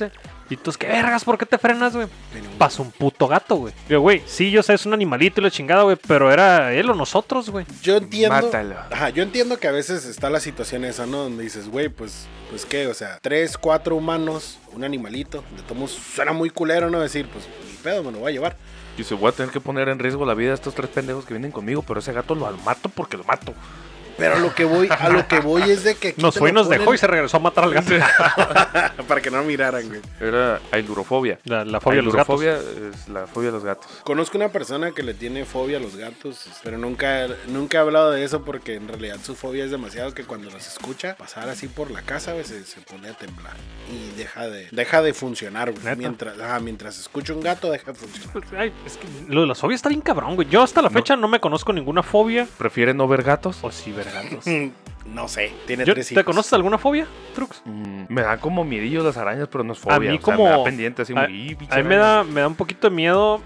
Y tú, ¿qué vergas? ¿Por qué te frenas, güey? Pasó un puto gato, güey. Digo, güey, sí, yo sé, es un animalito y la chingada, güey, pero era él o nosotros, güey. Yo entiendo. Mátalo. Ajá, yo entiendo que a veces está la situación esa, ¿no? Donde dices, güey, pues qué, o sea, 3, 4 humanos, un animalito. De todos suena muy culero, ¿no? Decir, pues, ni pedo, me lo voy a llevar. Y se voy a tener que poner en riesgo la vida de estos 3 pendejos que vienen conmigo, pero ese gato lo mato porque lo mato. Pero a lo que voy es de que aquí Nos te fue y lo nos dejó y se regresó a matar al gato. para que no miraran, güey. Era ailurofobia. La fobia de los gatos. Ailurofobia es la fobia de los gatos. Conozco una persona que le tiene fobia a los gatos, pero nunca he hablado de eso porque en realidad su fobia es demasiado que cuando los escucha pasar así por la casa, güey, se pone a temblar y deja de funcionar, güey. Mientras escucha un gato, deja de funcionar. Ay, es que lo de las fobias está bien cabrón, güey. Yo hasta la fecha no me conozco ninguna fobia. ¿Prefieren no ver gatos? O sí ver gatos. No sé, tiene ¿Te 3 hijos. conoces alguna fobia, Trux? Me dan como miedillos las arañas, pero no es fobia. A mí o sea, como... me da pendiente así a muy... mí me da un poquito de miedo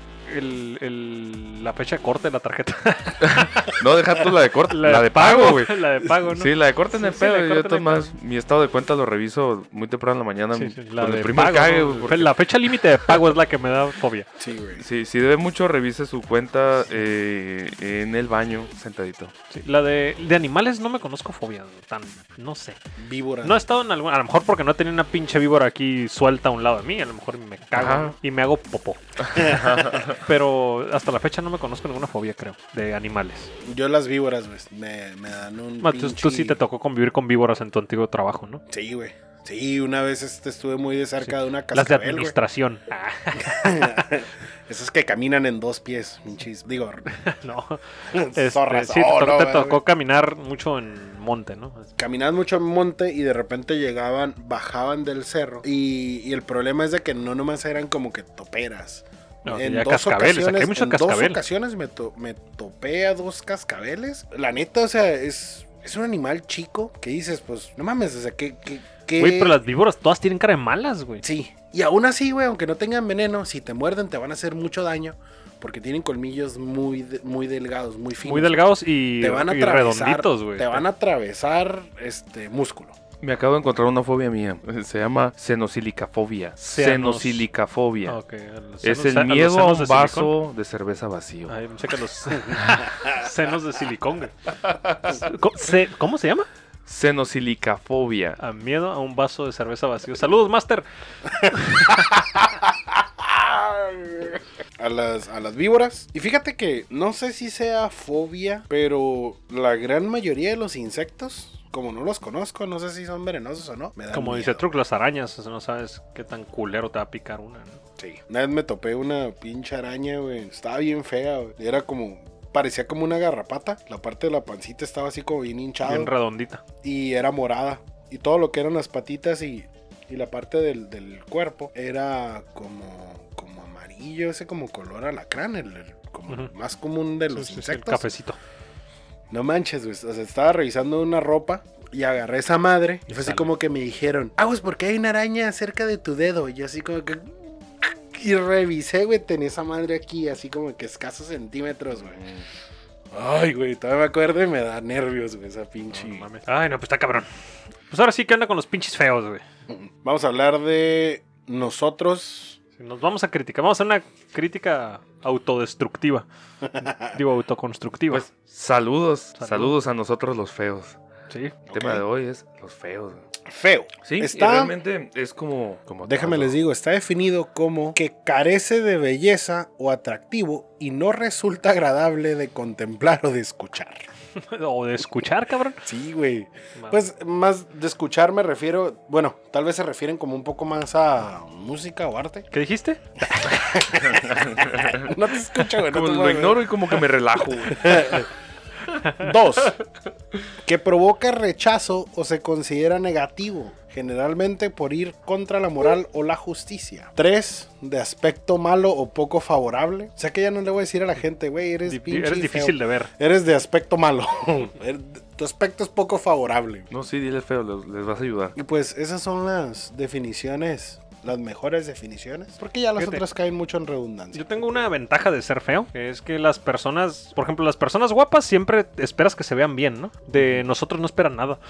la fecha de corte de la tarjeta. No, deja tú la de corte, la de pago, güey. La de pago, ¿no? Sí, la de corte en el Sí, pedo. la de Yo corte en el más mi estado de cuenta lo reviso muy temprano en la mañana. Sí, la con de el primer pago, cague, ¿no? güey, porque- La fecha límite de pago es la que me da fobia. Sí, güey. Sí, si debe mucho, revise su cuenta en el baño, sentadito. Sí, la de animales no me conozco fobia, no sé. Víbora. No he estado en algún... A lo mejor porque no tenía una pinche víbora aquí suelta a un lado de mí. A lo mejor me cago, Ajá. ¿no? Y me hago popó. Pero hasta la fecha no me conozco ninguna fobia, creo, de animales. Yo las víboras, güey, me dan un Tú sí te tocó convivir con víboras en tu antiguo trabajo, ¿no? Sí, güey. Sí, una vez estuve muy de cerca de una Las de cascabel, güey. administración. Esas que caminan en 2 pies, pinches. Digo, No. zorras. Sí, Oh, no, te güey. tocó caminar mucho en monte, ¿no? Caminaban mucho en monte y de repente bajaban del cerro. Y el problema es de que no nomás eran como que toperas. No, En ya dos cascabeles, aquí hay ocasiones, mucho en cascabel. 2 ocasiones me topé a 2 cascabeles. La neta, o sea, es un animal chico que dices, pues, no mames, o sea, que Güey, pero las víboras todas tienen cara de malas, güey. Sí, y aún así, güey, aunque no tengan veneno, si te muerden te van a hacer mucho daño porque tienen colmillos muy delgados, muy finos. Muy delgados y Te van a y atravesar, redonditos, güey. te van a atravesar músculo. Me acabo de encontrar una fobia mía. Se llama senosilicafobia. Senosilicafobia. Ok, a los Es senos- el a los miedo a senos un de vaso silicón. de cerveza vacío. Ay, checa los senos de silicón, güey. ¿Cómo se llama? Senosilicafobia. A miedo a un vaso de cerveza vacío. Saludos, Master. A las víboras. Y fíjate que no sé si sea fobia, pero la gran mayoría de los insectos, como no los conozco, no sé si son venenosos o no, me dan Como miedo. dice Truk, las arañas, o sea, no sabes qué tan culero te va a picar una, ¿no? Sí. Una vez me topé una pinche araña, güey. Estaba bien fea, güey. Era parecía como una garrapata. La parte de la pancita estaba así como bien hinchada. Bien redondita. Y era morada. Y todo lo que eran las patitas y la parte del cuerpo era como amarillo, ese como color alacrán, como el más común de los Sí, sí, insectos. el cafecito. No manches, güey. O sea, estaba revisando una ropa y agarré esa madre. Y fue así Sale. como que me dijeron, pues porque hay una araña cerca de tu dedo. Y yo así como que... Y revisé, güey, tenía esa madre aquí, así como que escasos centímetros, güey. Ay, güey, todavía me acuerdo y me da nervios, güey, esa pinche... No mames. Ay, no, pues está cabrón. Pues ahora sí que anda con los pinches feos, güey. Vamos a hablar de nosotros. Si nos vamos a criticar, vamos a hacer una crítica autodestructiva. Digo, autoconstructiva. Pues saludos a nosotros los feos. sí. El tema de hoy es los feos. Feo. Sí, y Está... realmente es como Déjame todo. les digo, está definido como que carece de belleza o atractivo y no resulta agradable de contemplar o de escuchar. O de escuchar, cabrón. Sí, güey. Mames. Pues más de escuchar me refiero, bueno, tal vez se refieren como un poco más a música o arte. ¿Qué dijiste? No te escucho, güey. No Como te lo puedo- ignoro y como que me relajo. güey. 2. Que provoca rechazo o se considera negativo, generalmente por ir contra la moral o la justicia. 3. De aspecto malo o poco favorable. O sea que ya no le voy a decir a la gente, güey, eres pinche Eres difícil feo. de ver. Eres de aspecto malo. Tu aspecto es poco favorable. No, sí, dile feo, les vas a ayudar. Y pues esas son las definiciones las mejores definiciones. Porque ya las Fíjate. otras caen mucho en redundancia. Yo tengo una ventaja de ser feo, que es que las personas, por ejemplo, las personas guapas siempre esperas que se vean bien, ¿no? De nosotros no esperan nada.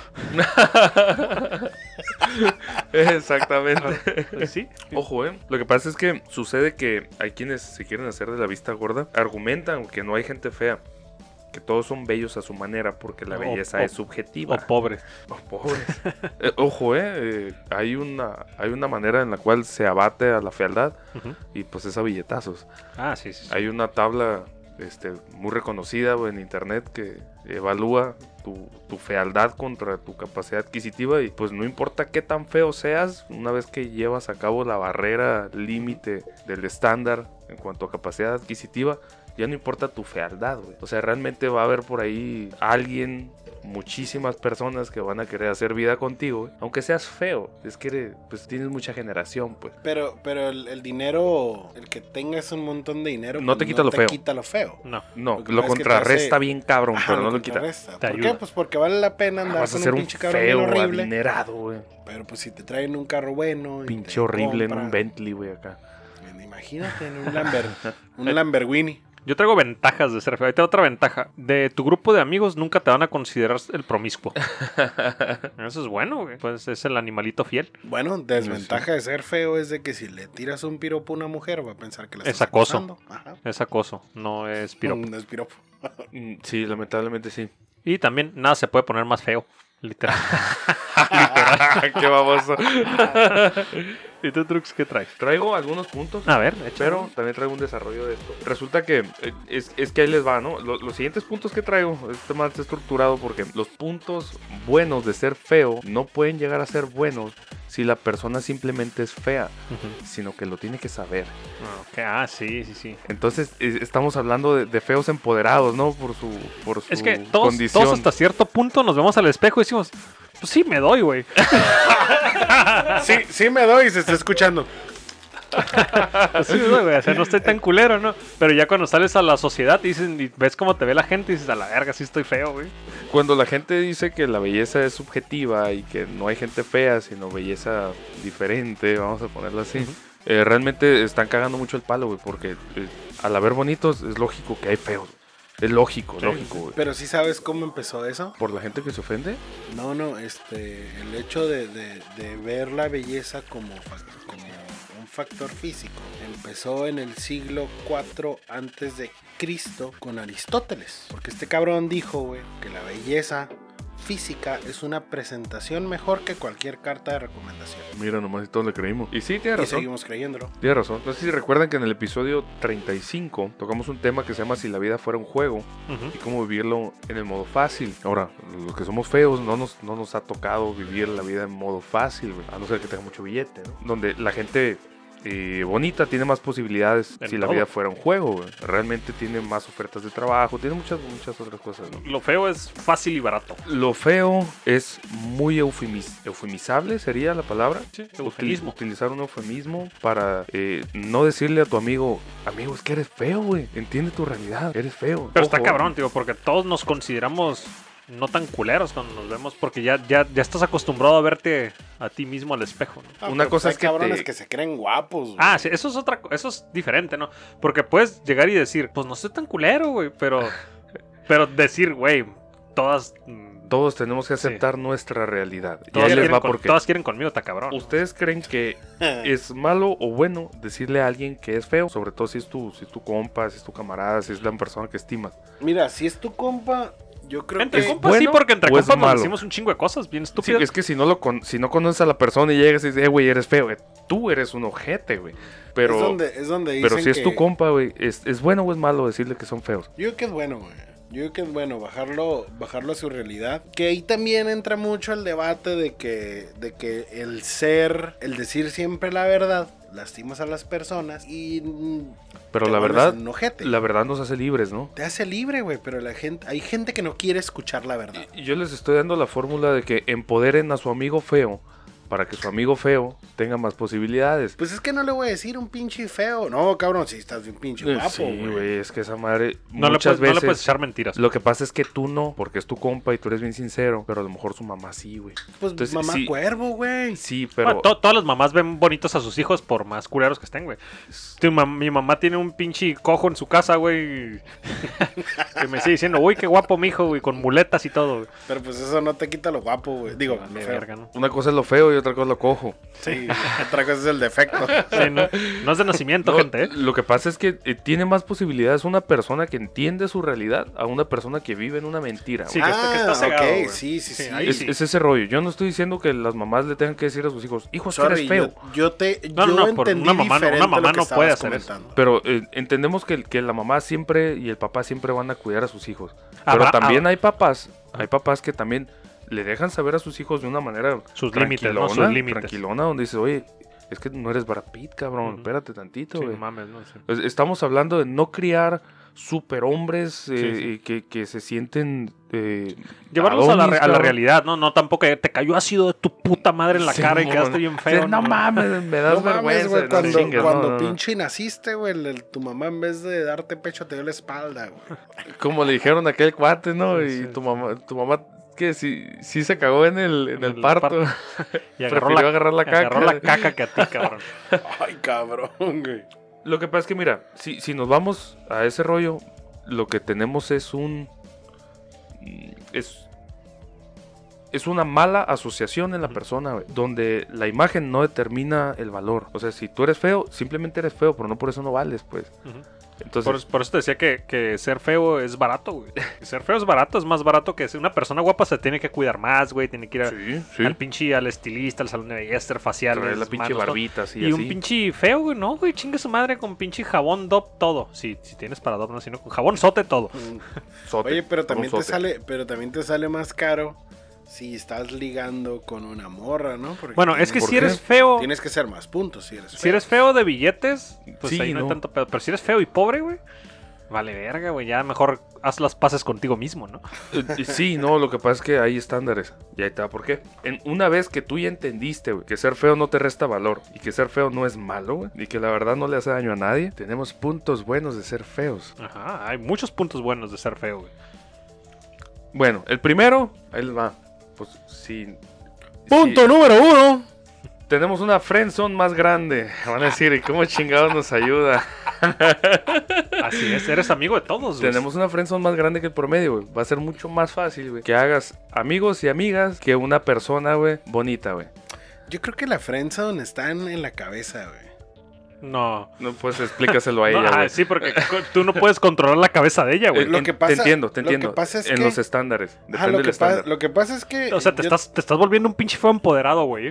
Exactamente. Pues sí. Ojo, lo que pasa es que sucede que hay quienes se quieren hacer de la vista gorda, argumentan que no hay gente fea, que todos son bellos a su manera porque la belleza es subjetiva. O pobre. Oh, pobres. Ojo, hay una manera en la cual se abate a la fealdad y pues es a billetazos. Ah, sí, sí. Hay una tabla muy reconocida en internet que evalúa tu fealdad contra tu capacidad adquisitiva y pues no importa qué tan feo seas, una vez que llevas a cabo la barrera límite del estándar en cuanto a capacidad adquisitiva, ya no importa tu fealdad, güey. O sea, realmente va a haber por ahí alguien, muchísimas personas que van a querer hacer vida contigo, güey. Aunque seas feo, es que pues tienes mucha generación, pues. Pero el dinero, el que tengas un montón de dinero, No pues, te quita lo feo. quita lo feo. No. No, Lo que lo pasa es que te contrarresta hace- bien cabrón, Ajá, pero no lo quita. contrarresta. Te ¿Por ayuda. qué? Pues porque vale la pena andar Vas a con ser un un pinche cabrón feo bien horrible. adinerado, güey. Pero pues si te traen un carro bueno. y Pinche te horrible en un compran- Bentley, güey, acá. Imagínate en un Lamborghini. Yo traigo ventajas de ser feo. Ahí te otra ventaja. De tu grupo de amigos nunca te van a considerar el promiscuo. Eso es bueno, güey. Pues es el animalito fiel. Bueno, desventaja de ser feo es de que si le tiras un piropo a una mujer va a pensar que la Es estás acoso. acosando. Ajá. Es acoso, no es piropo. No es piropo. Sí, lamentablemente sí. Y también nada se puede poner más feo. Literal. Qué baboso. ¿Y tú, Trux, qué traes? Traigo algunos puntos. A ver, échale. Pero también traigo un desarrollo de esto. Resulta que es que ahí les va, ¿no? Los siguientes puntos que traigo, este más está estructurado porque los puntos buenos de ser feo no pueden llegar a ser buenos si la persona simplemente es fea, sino que lo tiene que saber. Ok, ah, sí, sí, sí. Entonces estamos hablando de feos empoderados, ¿no? Por su Es que todos condición. hasta cierto punto nos vemos al espejo y decimos, pues sí, me doy, güey. Sí me doy, se está escuchando. Pues sí, me doy, güey. O sea, no estoy tan culero, ¿no? Pero ya cuando sales a la sociedad y ves cómo te ve la gente y dices, a la verga, sí estoy feo, güey. Cuando la gente dice que la belleza es subjetiva y que no hay gente fea, sino belleza diferente, vamos a ponerlo así, realmente están cagando mucho el palo, güey, porque al haber bonitos es lógico que hay feos. Es lógico, güey. Pero sí sabes cómo empezó eso. ¿Por la gente que se ofende? No, el hecho de ver la belleza como un factor físico empezó en el siglo IV antes de Cristo con Aristóteles, porque este cabrón dijo, güey, que la belleza física es una presentación mejor que cualquier carta de recomendación. Mira, nomás y todos le creímos. Y sí, tiene Y razón. seguimos creyéndolo. Tiene razón. No sé si recuerdan que en el episodio 35 tocamos un tema que se llama Si la vida fuera un juego y cómo vivirlo en el modo fácil. Ahora, los que somos feos no nos ha tocado vivir la vida en modo fácil, güey, a no ser que tenga mucho billete, ¿no? Donde la gente bonita tiene más posibilidades En si la todo. vida fuera un juego, güey. Realmente tiene más ofertas de trabajo, tiene muchas otras cosas, ¿no? Lo feo es fácil y barato. Lo feo es muy eufemizable, sería la palabra. Sí, eufemismo. Utilizar un eufemismo para no decirle a tu amigo, es que eres feo, güey. Entiende tu realidad, eres feo. Pero está Ojo. cabrón, tío, porque todos nos consideramos no tan culeros cuando nos vemos, porque ya estás acostumbrado a verte a ti mismo al espejo, ¿no? Ah, Una pero cosa hay es que cabrones te- que se creen guapos, güey. Ah, sí, eso es eso es diferente, ¿no? Porque puedes llegar y decir, pues no soy tan culero, güey, pero decir, güey, todas Todos tenemos que aceptar nuestra realidad. Y todas ahí les quieren va con- porque todas quieren conmigo, está cabrón. ¿ustedes creen que es malo o bueno decirle a alguien que es feo? Sobre todo si es tu compa, si es tu camarada, si es la persona que estimas. Mira, si es tu compa, yo creo Entre que... compas sí, bueno porque entre o es compas nos malo? decimos un chingo de cosas bien Sí, estúpidas. es que si no conoces a la persona y llegas y dices, güey, eres feo, tú eres un ojete, güey. Pero, es donde dicen pero si es que- tu compa, güey, ¿es bueno o es malo decirle que son feos? Yo creo que es bueno, güey. Yo creo que es bueno bajarlo a su realidad. Que ahí también entra mucho el debate de que el decir siempre la verdad, lastimas a las personas y... Pero te la vuelves verdad, un ojete. la verdad nos hace libres, ¿no? Te hace libre, güey, pero hay gente que no quiere escuchar la verdad. Y yo les estoy dando la fórmula de que empoderen a su amigo feo para que su amigo feo tenga más posibilidades. Pues es que no le voy a decir un pinche feo. No, cabrón, si estás bien pinche guapo, Sí, güey. güey, es que esa madre No muchas le veces... puedes echar mentiras. Lo que pasa es que tú no, porque es tu compa y tú eres bien sincero, pero a lo mejor su mamá sí, güey. Pues Entonces, mamá sí, cuervo, güey. Sí, pero... Bueno, todas las mamás ven bonitos a sus hijos por más culeros que estén, güey. Mi mamá tiene un pinche cojo en su casa, güey. Que me sigue diciendo, uy, qué guapo mi hijo, güey, con muletas y todo, güey. Pero pues eso no te quita lo guapo, güey. Digo, lo De feo. verga, ¿no? Una cosa es lo feo y otra cosa es lo cojo. Sí, otra cosa es el defecto. Sí, no es de nacimiento, No, gente, ¿eh? Lo que pasa es que tiene más posibilidades una persona que entiende su realidad a una persona que vive en una mentira. Sí, güey. que está cegado, ok, güey. sí. ahí Es, sí. es ese rollo. Yo no estoy diciendo que las mamás le tengan que decir a sus hijos, hijo, es que Sorry, eres feo. yo por entendí una mamá diferente no lo que puede estabas hacer eso. comentando. Pero entendemos que la mamá siempre y el papá siempre van a cuidar a sus hijos. Habrá- Pero también hay papás que también le dejan saber a sus hijos de una manera Sus límites, ¿no? Sus límites. tranquilona, donde dice, oye, es que no eres Brad Pitt, cabrón, Ujú. espérate tantito, Sí, güey. no mames, no sé. Estamos hablando de no criar superhombres Sí. que se sienten... Llevarlos a la cabrón. realidad, ¿no? No tampoco te cayó ácido de tu puta madre en la Sí, cara y mon. quedaste bien feo. Sí, no mames, me das No mames, vergüenza. güey, no cuando, chingues, cuando no, no, no. pinche naciste, güey, tu mamá en vez de darte pecho te dio la espalda, güey. Como le dijeron a aquel cuate, ¿no? Y Sí. tu mamá que sí se cagó en el parto. Y Prefirió agarrar la caca. Agarró la caca que a ti, cabrón. Ay, cabrón, güey. Lo que pasa es que, mira, si nos vamos a ese rollo, lo que tenemos es es una mala asociación en la persona, güey, donde la imagen no determina el valor. O sea, si tú eres feo, simplemente eres feo, pero no por eso no vales, pues. Ujú. Entonces, Por eso te decía que ser feo es barato, güey. Ser feo es barato, es más barato que ser una persona guapa se tiene que cuidar más, güey. Tiene que ir al pinche, al estilista, al salón de belleza, hacer faciales. traer la pinche manos, todo. barbita, así, Y así. un pinche feo, güey, no, güey, chingue su madre con pinche jabón DOP todo. Si tienes para DOP, no, sino con jabón sote todo. Sote, Oye, pero también como un te sale más caro si estás ligando con una morra, ¿no? Porque Bueno, es que ¿Por si qué? eres feo, tienes que ser más puntos si eres feo. si eres feo de billetes, pues Sí, ahí no hay no. tanto pedo. Pero si eres feo y pobre, güey, vale verga, güey, ya mejor haz las paces contigo mismo, ¿no? Sí, no, lo que pasa es que hay estándares. Y ahí te va por qué. Una vez que tú ya entendiste, güey, que ser feo no te resta valor y que ser feo no es malo, güey, y que la verdad no le hace daño a nadie, tenemos puntos buenos de ser feos. Ajá, hay muchos puntos buenos de ser feo, güey. Bueno, el primero, ahí les va. Pues sí. Punto número 1. Tenemos una friendzone más grande. Van a decir, ¿y cómo chingados nos ayuda? Así es, eres amigo de todos, güey. Tenemos una friendzone más grande que el promedio, güey. Va a ser mucho más fácil, güey, que hagas amigos y amigas que una persona, güey, bonita, güey. Yo creo que la friendzone está en la cabeza, güey. No. No, pues explícaselo a No, ella, güey. sí, porque tú no puedes controlar la cabeza de ella, güey. Lo que pasa- te lo entiendo. que pasa es en que- los estándares. Ajá, Depende del estándar. lo que pasa es que... O sea, te yo- estás volviendo un pinche feo empoderado, güey.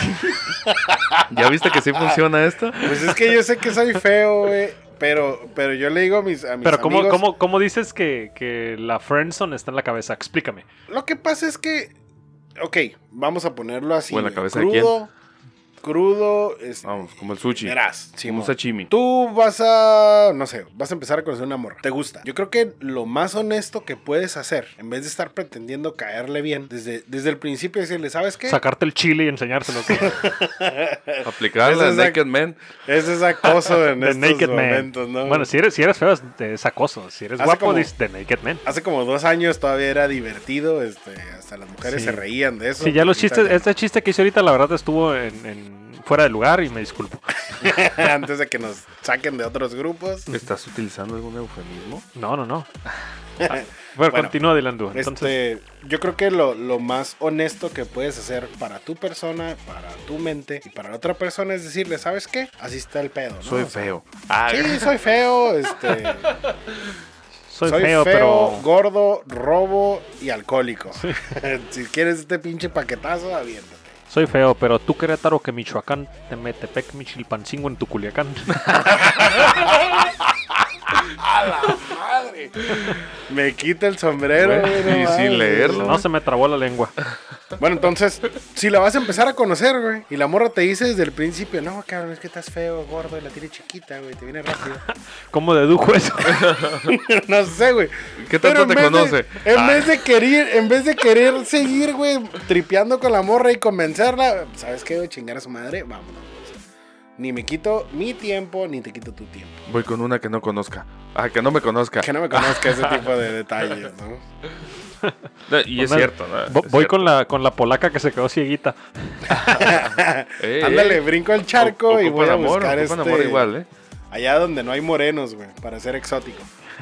¿Ya viste que sí funciona esto? Pues es que yo sé que soy feo, güey. Pero yo le digo a mis Pero amigos... ¿cómo dices que la friendzone está en la cabeza? Explícame. Lo que pasa es que... Ok, vamos a ponerlo así. ¿O en la güey. cabeza de quién? Crudo, Vamos, como el sushi. verás, Como Simón. un sashimi. Tú vas a, no sé, vas a empezar a conocer una morra. ¿Te gusta? Yo creo que lo más honesto que puedes hacer, en vez de estar pretendiendo caerle bien, desde el principio decirle, ¿sabes qué? Sacarte el chile y enseñárselo. Aplicar Ese la es Naked Man. Ese es acoso en The estos Naked Man. momentos, ¿no? Bueno, si eres feo es acoso. Si eres Hace guapo, como- dices The Naked Man. Hace como 2 años todavía era divertido, hasta las mujeres Sí. se reían de eso. Sí, ya los Ahorita chistes, este chiste que hice ahorita, la verdad estuvo fuera de lugar y me disculpo. antes de que nos saquen de otros grupos. ¿Estás utilizando algún eufemismo? No. Pero Bueno, continúa, Dylan Du. Entonces, Yo creo que lo más honesto que puedes hacer para tu persona, para tu mente y para la otra persona es decirle, ¿sabes qué? Así está el pedo, ¿no? Soy O sea, feo. Sí, soy feo, soy soy feo, pero... gordo, robo y alcohólico. Si quieres este pinche paquetazo, aviéntate. Soy feo, pero tú Querétaro que Michoacán, te Metepec, Michilpancingo en tu Culiacán. ¡A la madre! Me quita el sombrero, Güey, güey, no y sin mames. leerlo. No se me trabó la lengua. Bueno, entonces, si la vas a empezar a conocer, güey, y la morra te dice desde el principio, no, cabrón, es que estás feo, gordo, y la tiene chiquita, güey, te viene rápido. ¿Cómo dedujo eso? No sé, güey. ¿Qué tanto te conoce? En vez de querer seguir, güey, tripeando con la morra y convencerla, ¿sabes qué, güey? Chingar a su madre, vámonos, güey. Ni me quito mi tiempo, ni te quito tu tiempo. Voy con una que no conozca. Que no me conozca. Que no me conozca ese tipo de detalles, ¿no? Y es cierto, ¿no? Voy con la polaca que se quedó cieguita. Ándale, brinco el charco y voy a buscar amor igual, ¿eh? allá donde no hay morenos, güey, para ser exótico.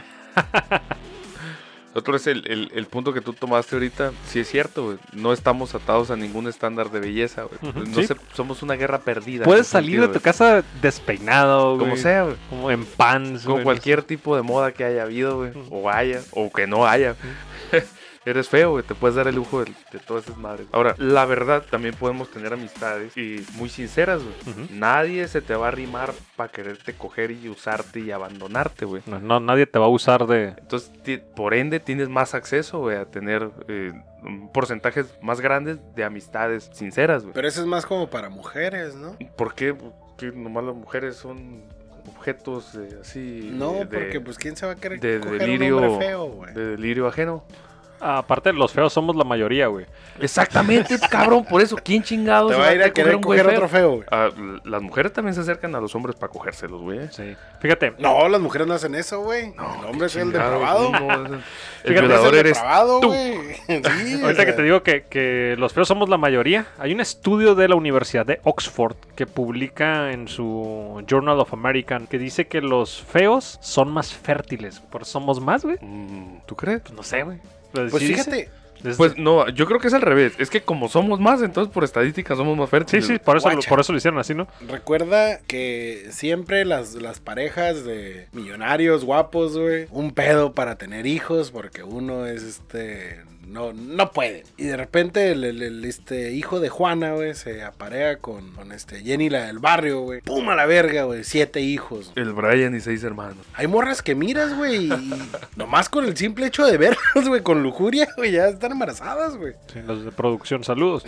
Otro es el punto que tú tomaste ahorita. Sí es cierto, güey. No estamos atados a ningún estándar de belleza, güey. ¿Sí? Somos una guerra perdida. Puedes salir de tu casa despeinado, güey. Como sea, güey. Como en pants, Con güey. cualquier tipo de moda que haya habido, güey. O que no haya. Eres feo, güey. Te puedes dar el lujo de todas esas madres. Ahora, la verdad, también podemos tener amistades y muy sinceras, güey. Nadie se te va a arrimar para quererte coger y usarte y abandonarte, güey. No, nadie te va a usar de... Entonces, por ende, tienes más acceso, güey, a tener porcentajes más grandes de amistades sinceras, güey. Pero eso es más como para mujeres, ¿no? ¿Por qué? Porque nomás las mujeres son objetos así... No, porque pues ¿quién se va a querer de coger delirio, un hombre feo, güey? de delirio ajeno. Aparte, los feos somos la mayoría, güey. Exactamente, cabrón, por eso, ¿quién chingado Te se va a ir a querer un güey coger feo? otro feo, güey. Las mujeres también se acercan a los hombres para cogérselos, güey. Sí. Fíjate. No, las mujeres no hacen eso, güey. El hombre es el depravado. El Fíjate, violador el eres depravado, tú. güey. Sí, Ahorita que te digo que los feos somos la mayoría, hay un estudio de la Universidad de Oxford que publica en su Journal of American que dice que los feos son más fértiles. Por eso somos más, güey. ¿Tú crees? Pues no sé, güey. Pues Sí fíjate. dice. Pues no, yo creo que es al revés. Es que como somos más, entonces por estadística somos más Sí, fértiles. sí, por eso Guacha. lo hicieron así, ¿no? Recuerda que siempre las parejas de millonarios guapos, güey, un pedo para tener hijos porque uno es no pueden. Y de repente el hijo de Juana, güey, se aparea con Jenny, la del barrio, güey. ¡Pum! A la verga, güey. 7 hijos. El Brian y 6 hermanos. Hay morras que miras, güey, y nomás con el simple hecho de verlas, güey, con lujuria, güey, ya están embarazadas, güey. Sí, los de producción, saludos.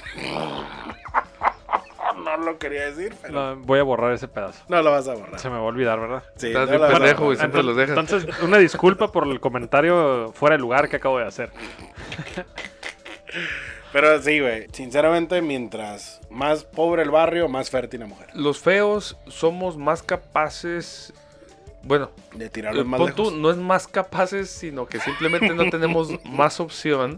No lo quería decir, pero... No, voy a borrar ese pedazo. No lo vas a borrar. Se me va a olvidar, ¿verdad? Sí, Estás no bien lo vas a pendejo, güey, borrar. siempre los dejas. Entonces, una disculpa por el comentario fuera de lugar que acabo de hacer. Pero sí, güey, sinceramente, mientras más pobre el barrio, más fértil la mujer. Los feos somos más capaces... Bueno, De tirarlos más pon lejos. tú, no es más capaces, sino que simplemente no tenemos más opción.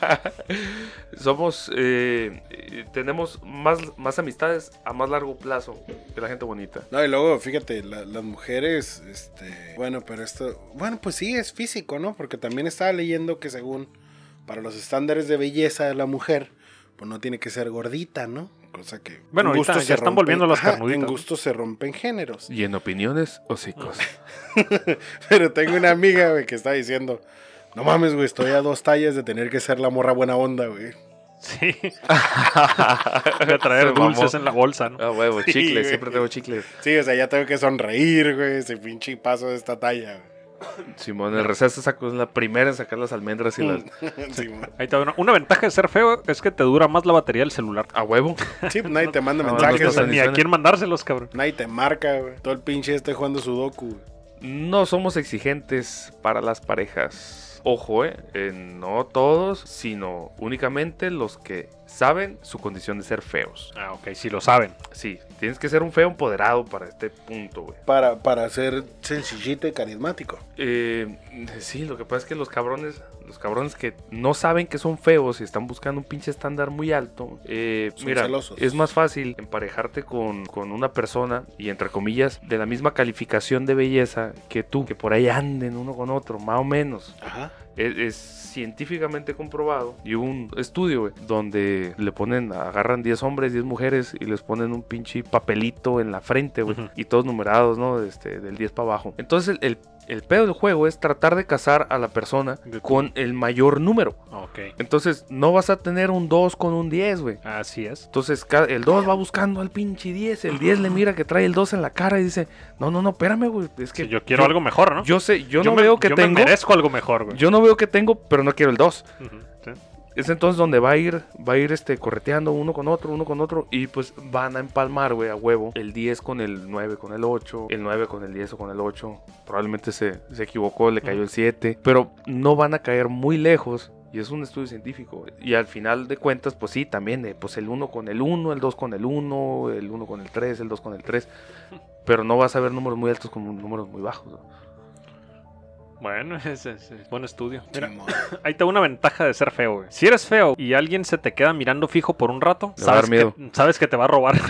Tenemos más amistades a más largo plazo que la gente bonita. No, y luego, fíjate, las mujeres, bueno, pero bueno, pues sí, es físico, ¿no? Porque también estaba leyendo que según, para los estándares de belleza de la mujer, pues no tiene que ser gordita, ¿no? Cosa que... Bueno, en ahorita gustos ya se están volviendo las Ajá, carnuditas, En ¿no? gusto se rompen géneros. Y en opiniones, hocicos. Pero tengo una amiga, güey, que está diciendo, no mames, güey, estoy a 2 tallas de tener que ser la morra buena onda, güey. Sí. Voy a traer Se dulces mamó. en la bolsa, ¿no? Ah, huevo, Sí, chicles, güey. siempre tengo chicles. Sí, o sea, ya tengo que sonreír, güey, ese pinche paso de esta talla, güey. Simón, el receso es la primera en sacar las almendras y las... Sí, güey. Ahí está una ventaja de ser feo es que te dura más la batería del celular. A huevo. Sí, nadie te manda No, mensajes, No no sé güey. ni a quién mandárselos, cabrón. Nadie te marca, güey. Todo el pinche jugando sudoku, güey. No somos exigentes para las parejas. Ojo, no todos, sino únicamente los que saben su condición de ser feos. Ah, ok, si lo saben. Sí, tienes que ser un feo empoderado para este punto, güey. Para ser sencillito y carismático. Sí, lo que pasa es que los cabrones que no saben que son feos y están buscando un pinche estándar muy alto, Son mira, celosos. es más fácil emparejarte con una persona y entre comillas de la misma calificación de belleza que tú, que por ahí anden uno con otro, más o menos. Ajá. Es científicamente comprobado. Y hubo un estudio, güey, donde le agarran 10 hombres, 10 mujeres y les ponen un pinche papelito en la frente, güey. Ujú. Y todos numerados, ¿no? Del 10 para abajo. Entonces el pedo del juego es tratar de casar a la persona con el mayor número. Ok. Entonces no vas a tener un 2 con un 10, güey. Así es. Entonces el 2 va buscando al pinche 10. El 10 le mira que trae el 2 en la cara y dice, no, espérame, güey. Es que Que yo quiero algo mejor, ¿no? Yo sé, yo no me- veo que yo tengo. me merezco algo mejor, güey. Yo no veo que tengo, pero no quiero el 2. Ujú, sí. Es entonces donde va a ir correteando uno con otro. Y pues van a empalmar, güey, a huevo. El 10 con el 9 con el 8. El 9 con el 10 o con el 8. Probablemente se equivocó, le cayó el 7. Pero no van a caer muy lejos. Y es un estudio científico. Y al final de cuentas, pues sí, también, pues el 1 con el 1, el 2 con el 1, el 1 con el 3, el 2 con el 3. Pero no vas a ver números muy altos como números muy bajos, ¿no? Bueno, es buen estudio. Mira, Simón. ahí te da una ventaja de ser feo, güey. Si eres feo y alguien se te queda mirando fijo por un rato, Le va a dar miedo. sabes que te va a robar.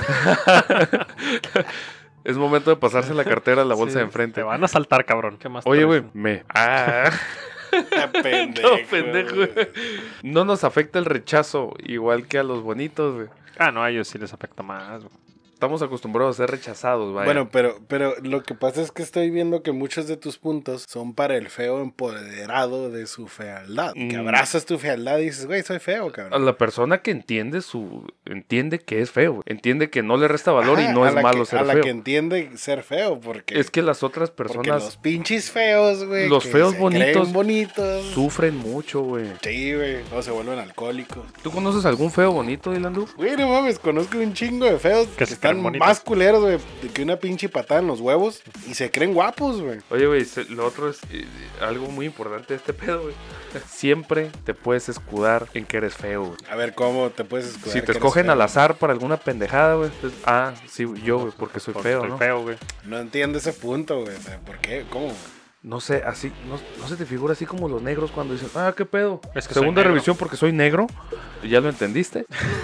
Es momento de pasarse la cartera a la bolsa de enfrente. Te van a saltar, cabrón. ¿Qué más Oye, traes? güey, Pendejo. No, pendejo, güey. No nos afecta el rechazo igual que a los bonitos, güey. Ah, no, a ellos sí les afecta más, güey. Estamos acostumbrados a ser rechazados, vaya. Bueno, pero lo que pasa es que estoy viendo que muchos de tus puntos son para el feo empoderado de su fealdad. Que abrazas tu fealdad y dices, güey, soy feo, A cabrón. la persona que entiende que es feo, güey. Entiende que no le resta valor y no es malo ser a la feo. que entiende ser feo, porque... Es que las otras porque personas, los pinches feos, güey. los que feos se creen bonitos bonitos. sufren mucho, güey. Sí, güey. O se vuelven alcohólicos. ¿Tú conoces algún feo bonito, Dylandu? Güey, no mames, conozco un chingo de feos que se están creen bonitos. más culeros, güey, que una pinche patada en los huevos y se creen guapos, güey. Oye, güey, lo otro es algo muy importante de este pedo, güey. Siempre te puedes escudar en que eres feo, güey. A ver, ¿cómo te puedes escudar? Si que te eres escogen feo? al azar para alguna pendejada, güey, pues, sí, yo, güey, porque soy Porque feo, soy ¿no? feo, güey. No entiendo ese punto, güey. O sea, ¿por qué? ¿Cómo? No sé, así, no se te figura así como los negros cuando dicen, qué pedo. Es que soy Segunda negro. revisión porque soy negro. ¿Ya lo entendiste?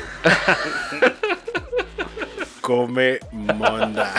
Come monda.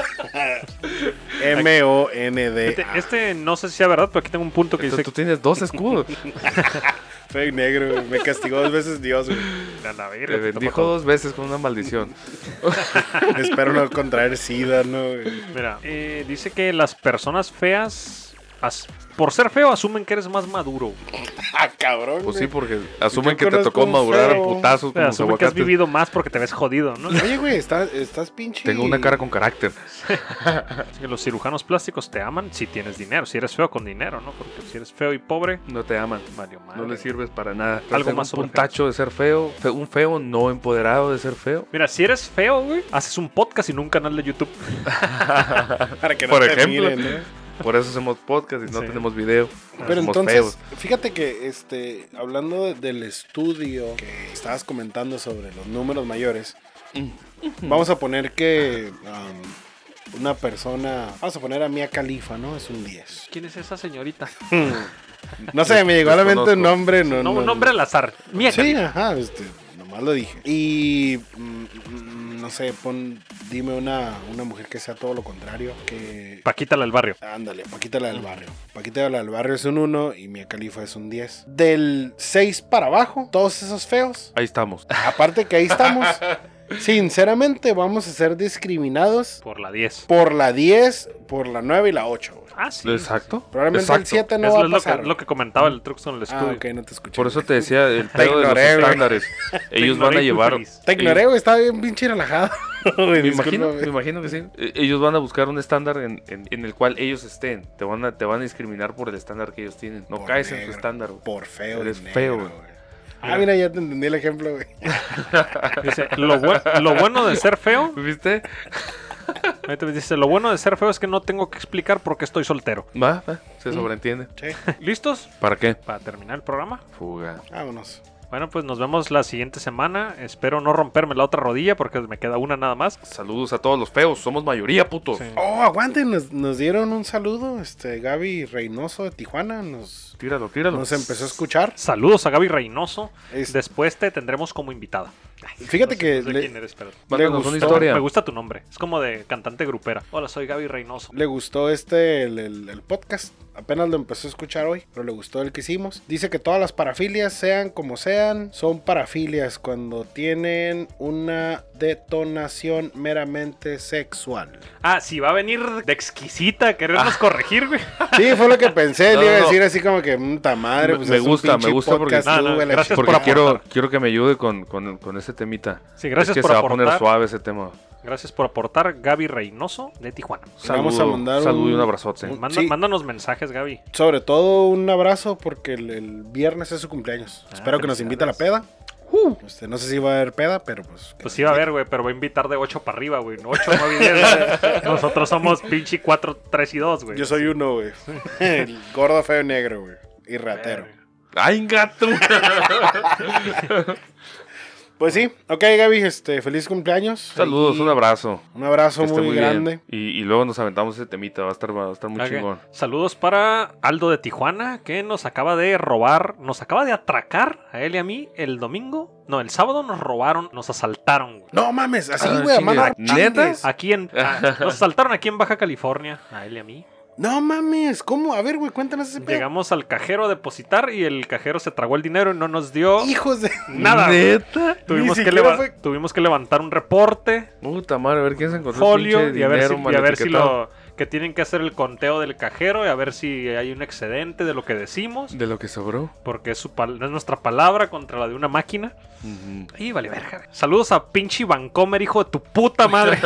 M-O-N-D-A. Este no sé si sea verdad, pero aquí tengo un punto que dice... Tú tienes 2 escudos. Soy negro, güey. Me castigó 2 veces Dios, güey. A la verga, Te te bendijo tocó. 2 veces con una maldición. Espero no contraer sida, ¿no, güey? Mira, dice que las personas feas, por ser feo, asumen que eres más maduro. Ah, cabrón, Pues güey. sí, porque asumen Yo que te conozco tocó un madurar a feo. putazos como los Asumen que has aguacates. vivido más porque te ves jodido, ¿no? Oye, güey, estás pinche... Tengo una cara con carácter. Así que los cirujanos plásticos te aman si tienes dinero, si eres feo con dinero, ¿no? Porque si eres feo y pobre, No te aman. valió madre. No le sirves para nada. Algo Tengo más un sobre puntacho de ser feo. Un feo no empoderado de ser feo. Mira, si eres feo, güey, haces un podcast y no un canal de YouTube. Para que no Por te ejemplo. miren, ¿no? Por eso hacemos podcast y no Sí. tenemos video. Pero Somos entonces, feos. fíjate que hablando del estudio que estabas comentando sobre los números mayores, vamos a poner que una persona, vamos a poner a Mia Khalifa, ¿no? Es un 10. ¿Quién es esa señorita? No sé, me llegó a la mente un Desconozco. nombre. No, un nombre al azar. Mía, Sí, ajá, nomás lo dije. Y no sé, dime una mujer que sea todo lo contrario, que... Paquita la del barrio. Ándale, Paquita la del barrio. Paquita la del barrio es un 1 y Mia Khalifa es un 10. Del 6 para abajo, todos esos feos. Ahí estamos. Aparte que ahí estamos. Sinceramente, vamos a ser discriminados Por la 10. por la 10, por la 9 y la 8. güey. Ah, sí. Exacto. Probablemente Exacto. el 7 no Es va a lo pasar. que, lo que comentaba el Trucks con el Ah, estudio. ok, no te escuché. Por eso te decía el pedo de los ignoré, güey. estándares. Ellos van a ignoré y fui llevar. feliz. Te ignoré, güey, estaba bien pinche relajado. Güey, Me imagino discúlpame. que sí. Ellos van a buscar un estándar en el cual ellos estén. Te van a discriminar por el estándar que ellos tienen. No Por caes en negro, su estándar, güey. Por feo. Eres y negro, feo, güey. Ah, mira, ya te entendí el ejemplo, güey. Dice, lo bueno de ser feo. ¿Viste? Ahí te dice, lo bueno de ser feo es que no tengo que explicar por qué estoy soltero. Va, se sobreentiende. Sí, ¿Listos? ¿Para qué? Para terminar el programa. Fuga. vámonos. Bueno, pues nos vemos la siguiente semana. Espero no romperme la otra rodilla porque me queda una nada más. Saludos a todos los feos. Somos mayoría, putos. Sí. Oh, aguanten, nos dieron un saludo. Gaby Reynoso de Tijuana nos Tíralo. empezó a escuchar. Saludos a Gaby Reynoso. Es- Después te tendremos como invitada. Fíjate que No sé le, quién eres, pero... Mándanos gustó. una historia. Me gusta tu nombre. Es como de cantante grupera. Hola, soy Gaby Reynoso. le gustó el podcast. Apenas lo empezó a escuchar hoy, pero le gustó el que hicimos. Dice que todas las parafilias, sean como sean, son parafilias cuando tienen una detonación meramente sexual. Ah, si va a venir de exquisita a querernos corregir, güey. Sí, fue lo que pensé. No, le iba a no. decir así como que, puta madre. Pues Me es un gusta pinche porque- podcast, No, no, tú, güey, la gracias chingada. por Porque aportar. quiero que me ayude con ese temita. Sí, gracias es que por se va a aportar. poner suave ese tema. Gracias por aportar, Gaby Reynoso de Tijuana. Vamos a mandar saludo y un- un abrazote. Sí. Mándanos mensajes, Gaby. Sobre todo un abrazo porque el viernes es su cumpleaños. Espero que nos invite a la peda. No sé si va a haber peda, pero pues... Pues sí va a haber, güey, pero va a invitar de 8 para arriba, güey. No 8, 9 y 10. Nosotros somos pinche 4, 3 y 2, güey. Yo soy uno, güey. El gordo, feo, negro, güey. Y ratero. ¡Ay, gato! Pues sí, ok, Gaby, feliz cumpleaños. Saludos, un abrazo. Un abrazo Que esté muy bien. grande. Y luego nos aventamos ese temita, va a estar muy Ok. chingón. Saludos para Aldo de Tijuana, que nos acaba de robar, nos acaba de atracar a él y a mí el domingo. No, el sábado nos robaron, nos asaltaron, güey. No mames, así, Ah, güey, a mano. chingue. ¿Neta? chingues. Aquí nos asaltaron aquí en Baja California, a él y a mí. No mames, ¿cómo? A ver, güey, cuéntanos ese pedo. Llegamos al cajero a depositar y el cajero se tragó el dinero y no nos dio Hijos de... nada. güey. ¿Neta? Tuvimos Ni que, siquiera fue- tuvimos que levantar un reporte, Puta madre, a ver quién se encontró folio, el pinche y a ver dinero si, mal y a ver si etiquetado. que tienen que hacer el conteo del cajero y a ver si hay un excedente de lo que decimos, De lo que sobró. porque es nuestra palabra contra la de una máquina. Y vale verga. Güey. Saludos a pinche Vancomer, hijo de tu puta madre.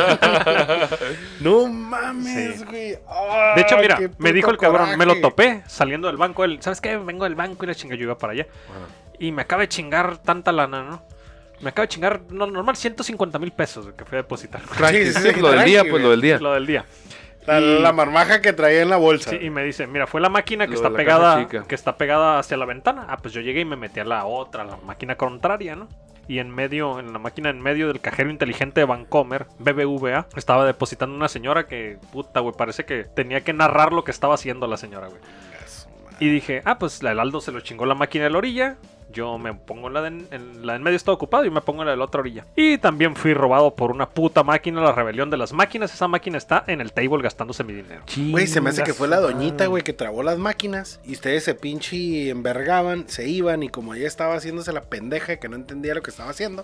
No mames, Sí. güey. De hecho, mira, Ay, qué me dijo el puto cabrón, me lo coraje. topé saliendo del banco. Él, ¿sabes qué? Vengo del banco y la chinga, yo iba para allá. Y me acaba de chingar tanta lana, ¿no? Me acaba de chingar, normal, 150,000 pesos güey, que fui a depositar. Sí, sí, lo del tranqui, día, pues güey. lo del día. Lo del día. La marmaja que traía en la bolsa. Sí, y me dice, mira, fue la máquina que Lo está de la caja pegada, chica. que está pegada hacia la ventana. Ah, pues yo llegué y me metí a la otra, la máquina contraria, ¿no? Y en la máquina en medio del cajero inteligente de Vancomer, BBVA, estaba depositando una señora que, puta, güey, parece que tenía que narrar lo que estaba haciendo la señora, güey. Y dije, pues el Aldo se lo chingó la máquina de la orilla. Yo me pongo la de en medio está ocupado y me pongo en la de la otra orilla. Y también fui robado por una puta máquina, la rebelión de las máquinas. Esa máquina está en el table gastándose mi dinero. Güey, se me hace que fue la doñita, güey, que trabó las máquinas y ustedes se pinche envergaban, se iban y como ella estaba haciéndose la pendeja que no entendía lo que estaba haciendo,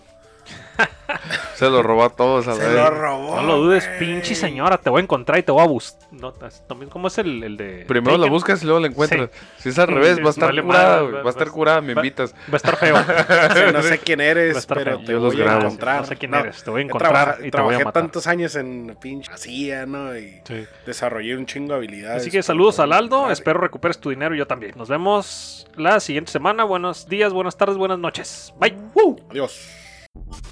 Se lo robó a todos a la se vez. lo robó. No lo dudes, güey. pinche señora, te voy a encontrar y te voy a buscar. No, también, ¿cómo es el de...? Primero la Taken? buscas y luego la encuentras. Sí. Si es al revés, va a estar Vale curada, madre, güey. va- Va a estar va- curada, me va- invitas. Va a estar feo. Sí, no sé quién Va a eres, estar pero feo. te Yo los voy a grabo. encontrar. No sé quién eres, te voy a Yo encontrar y te voy a trabajé matar. tantos años en pinche CIA, ¿no? Y Sí. desarrollé un chingo de habilidades. Así que saludos al Aldo, Encontrar. espero recuperes tu dinero y yo también. Nos vemos la siguiente semana. Buenos días, buenas tardes, buenas noches. Bye. Adiós.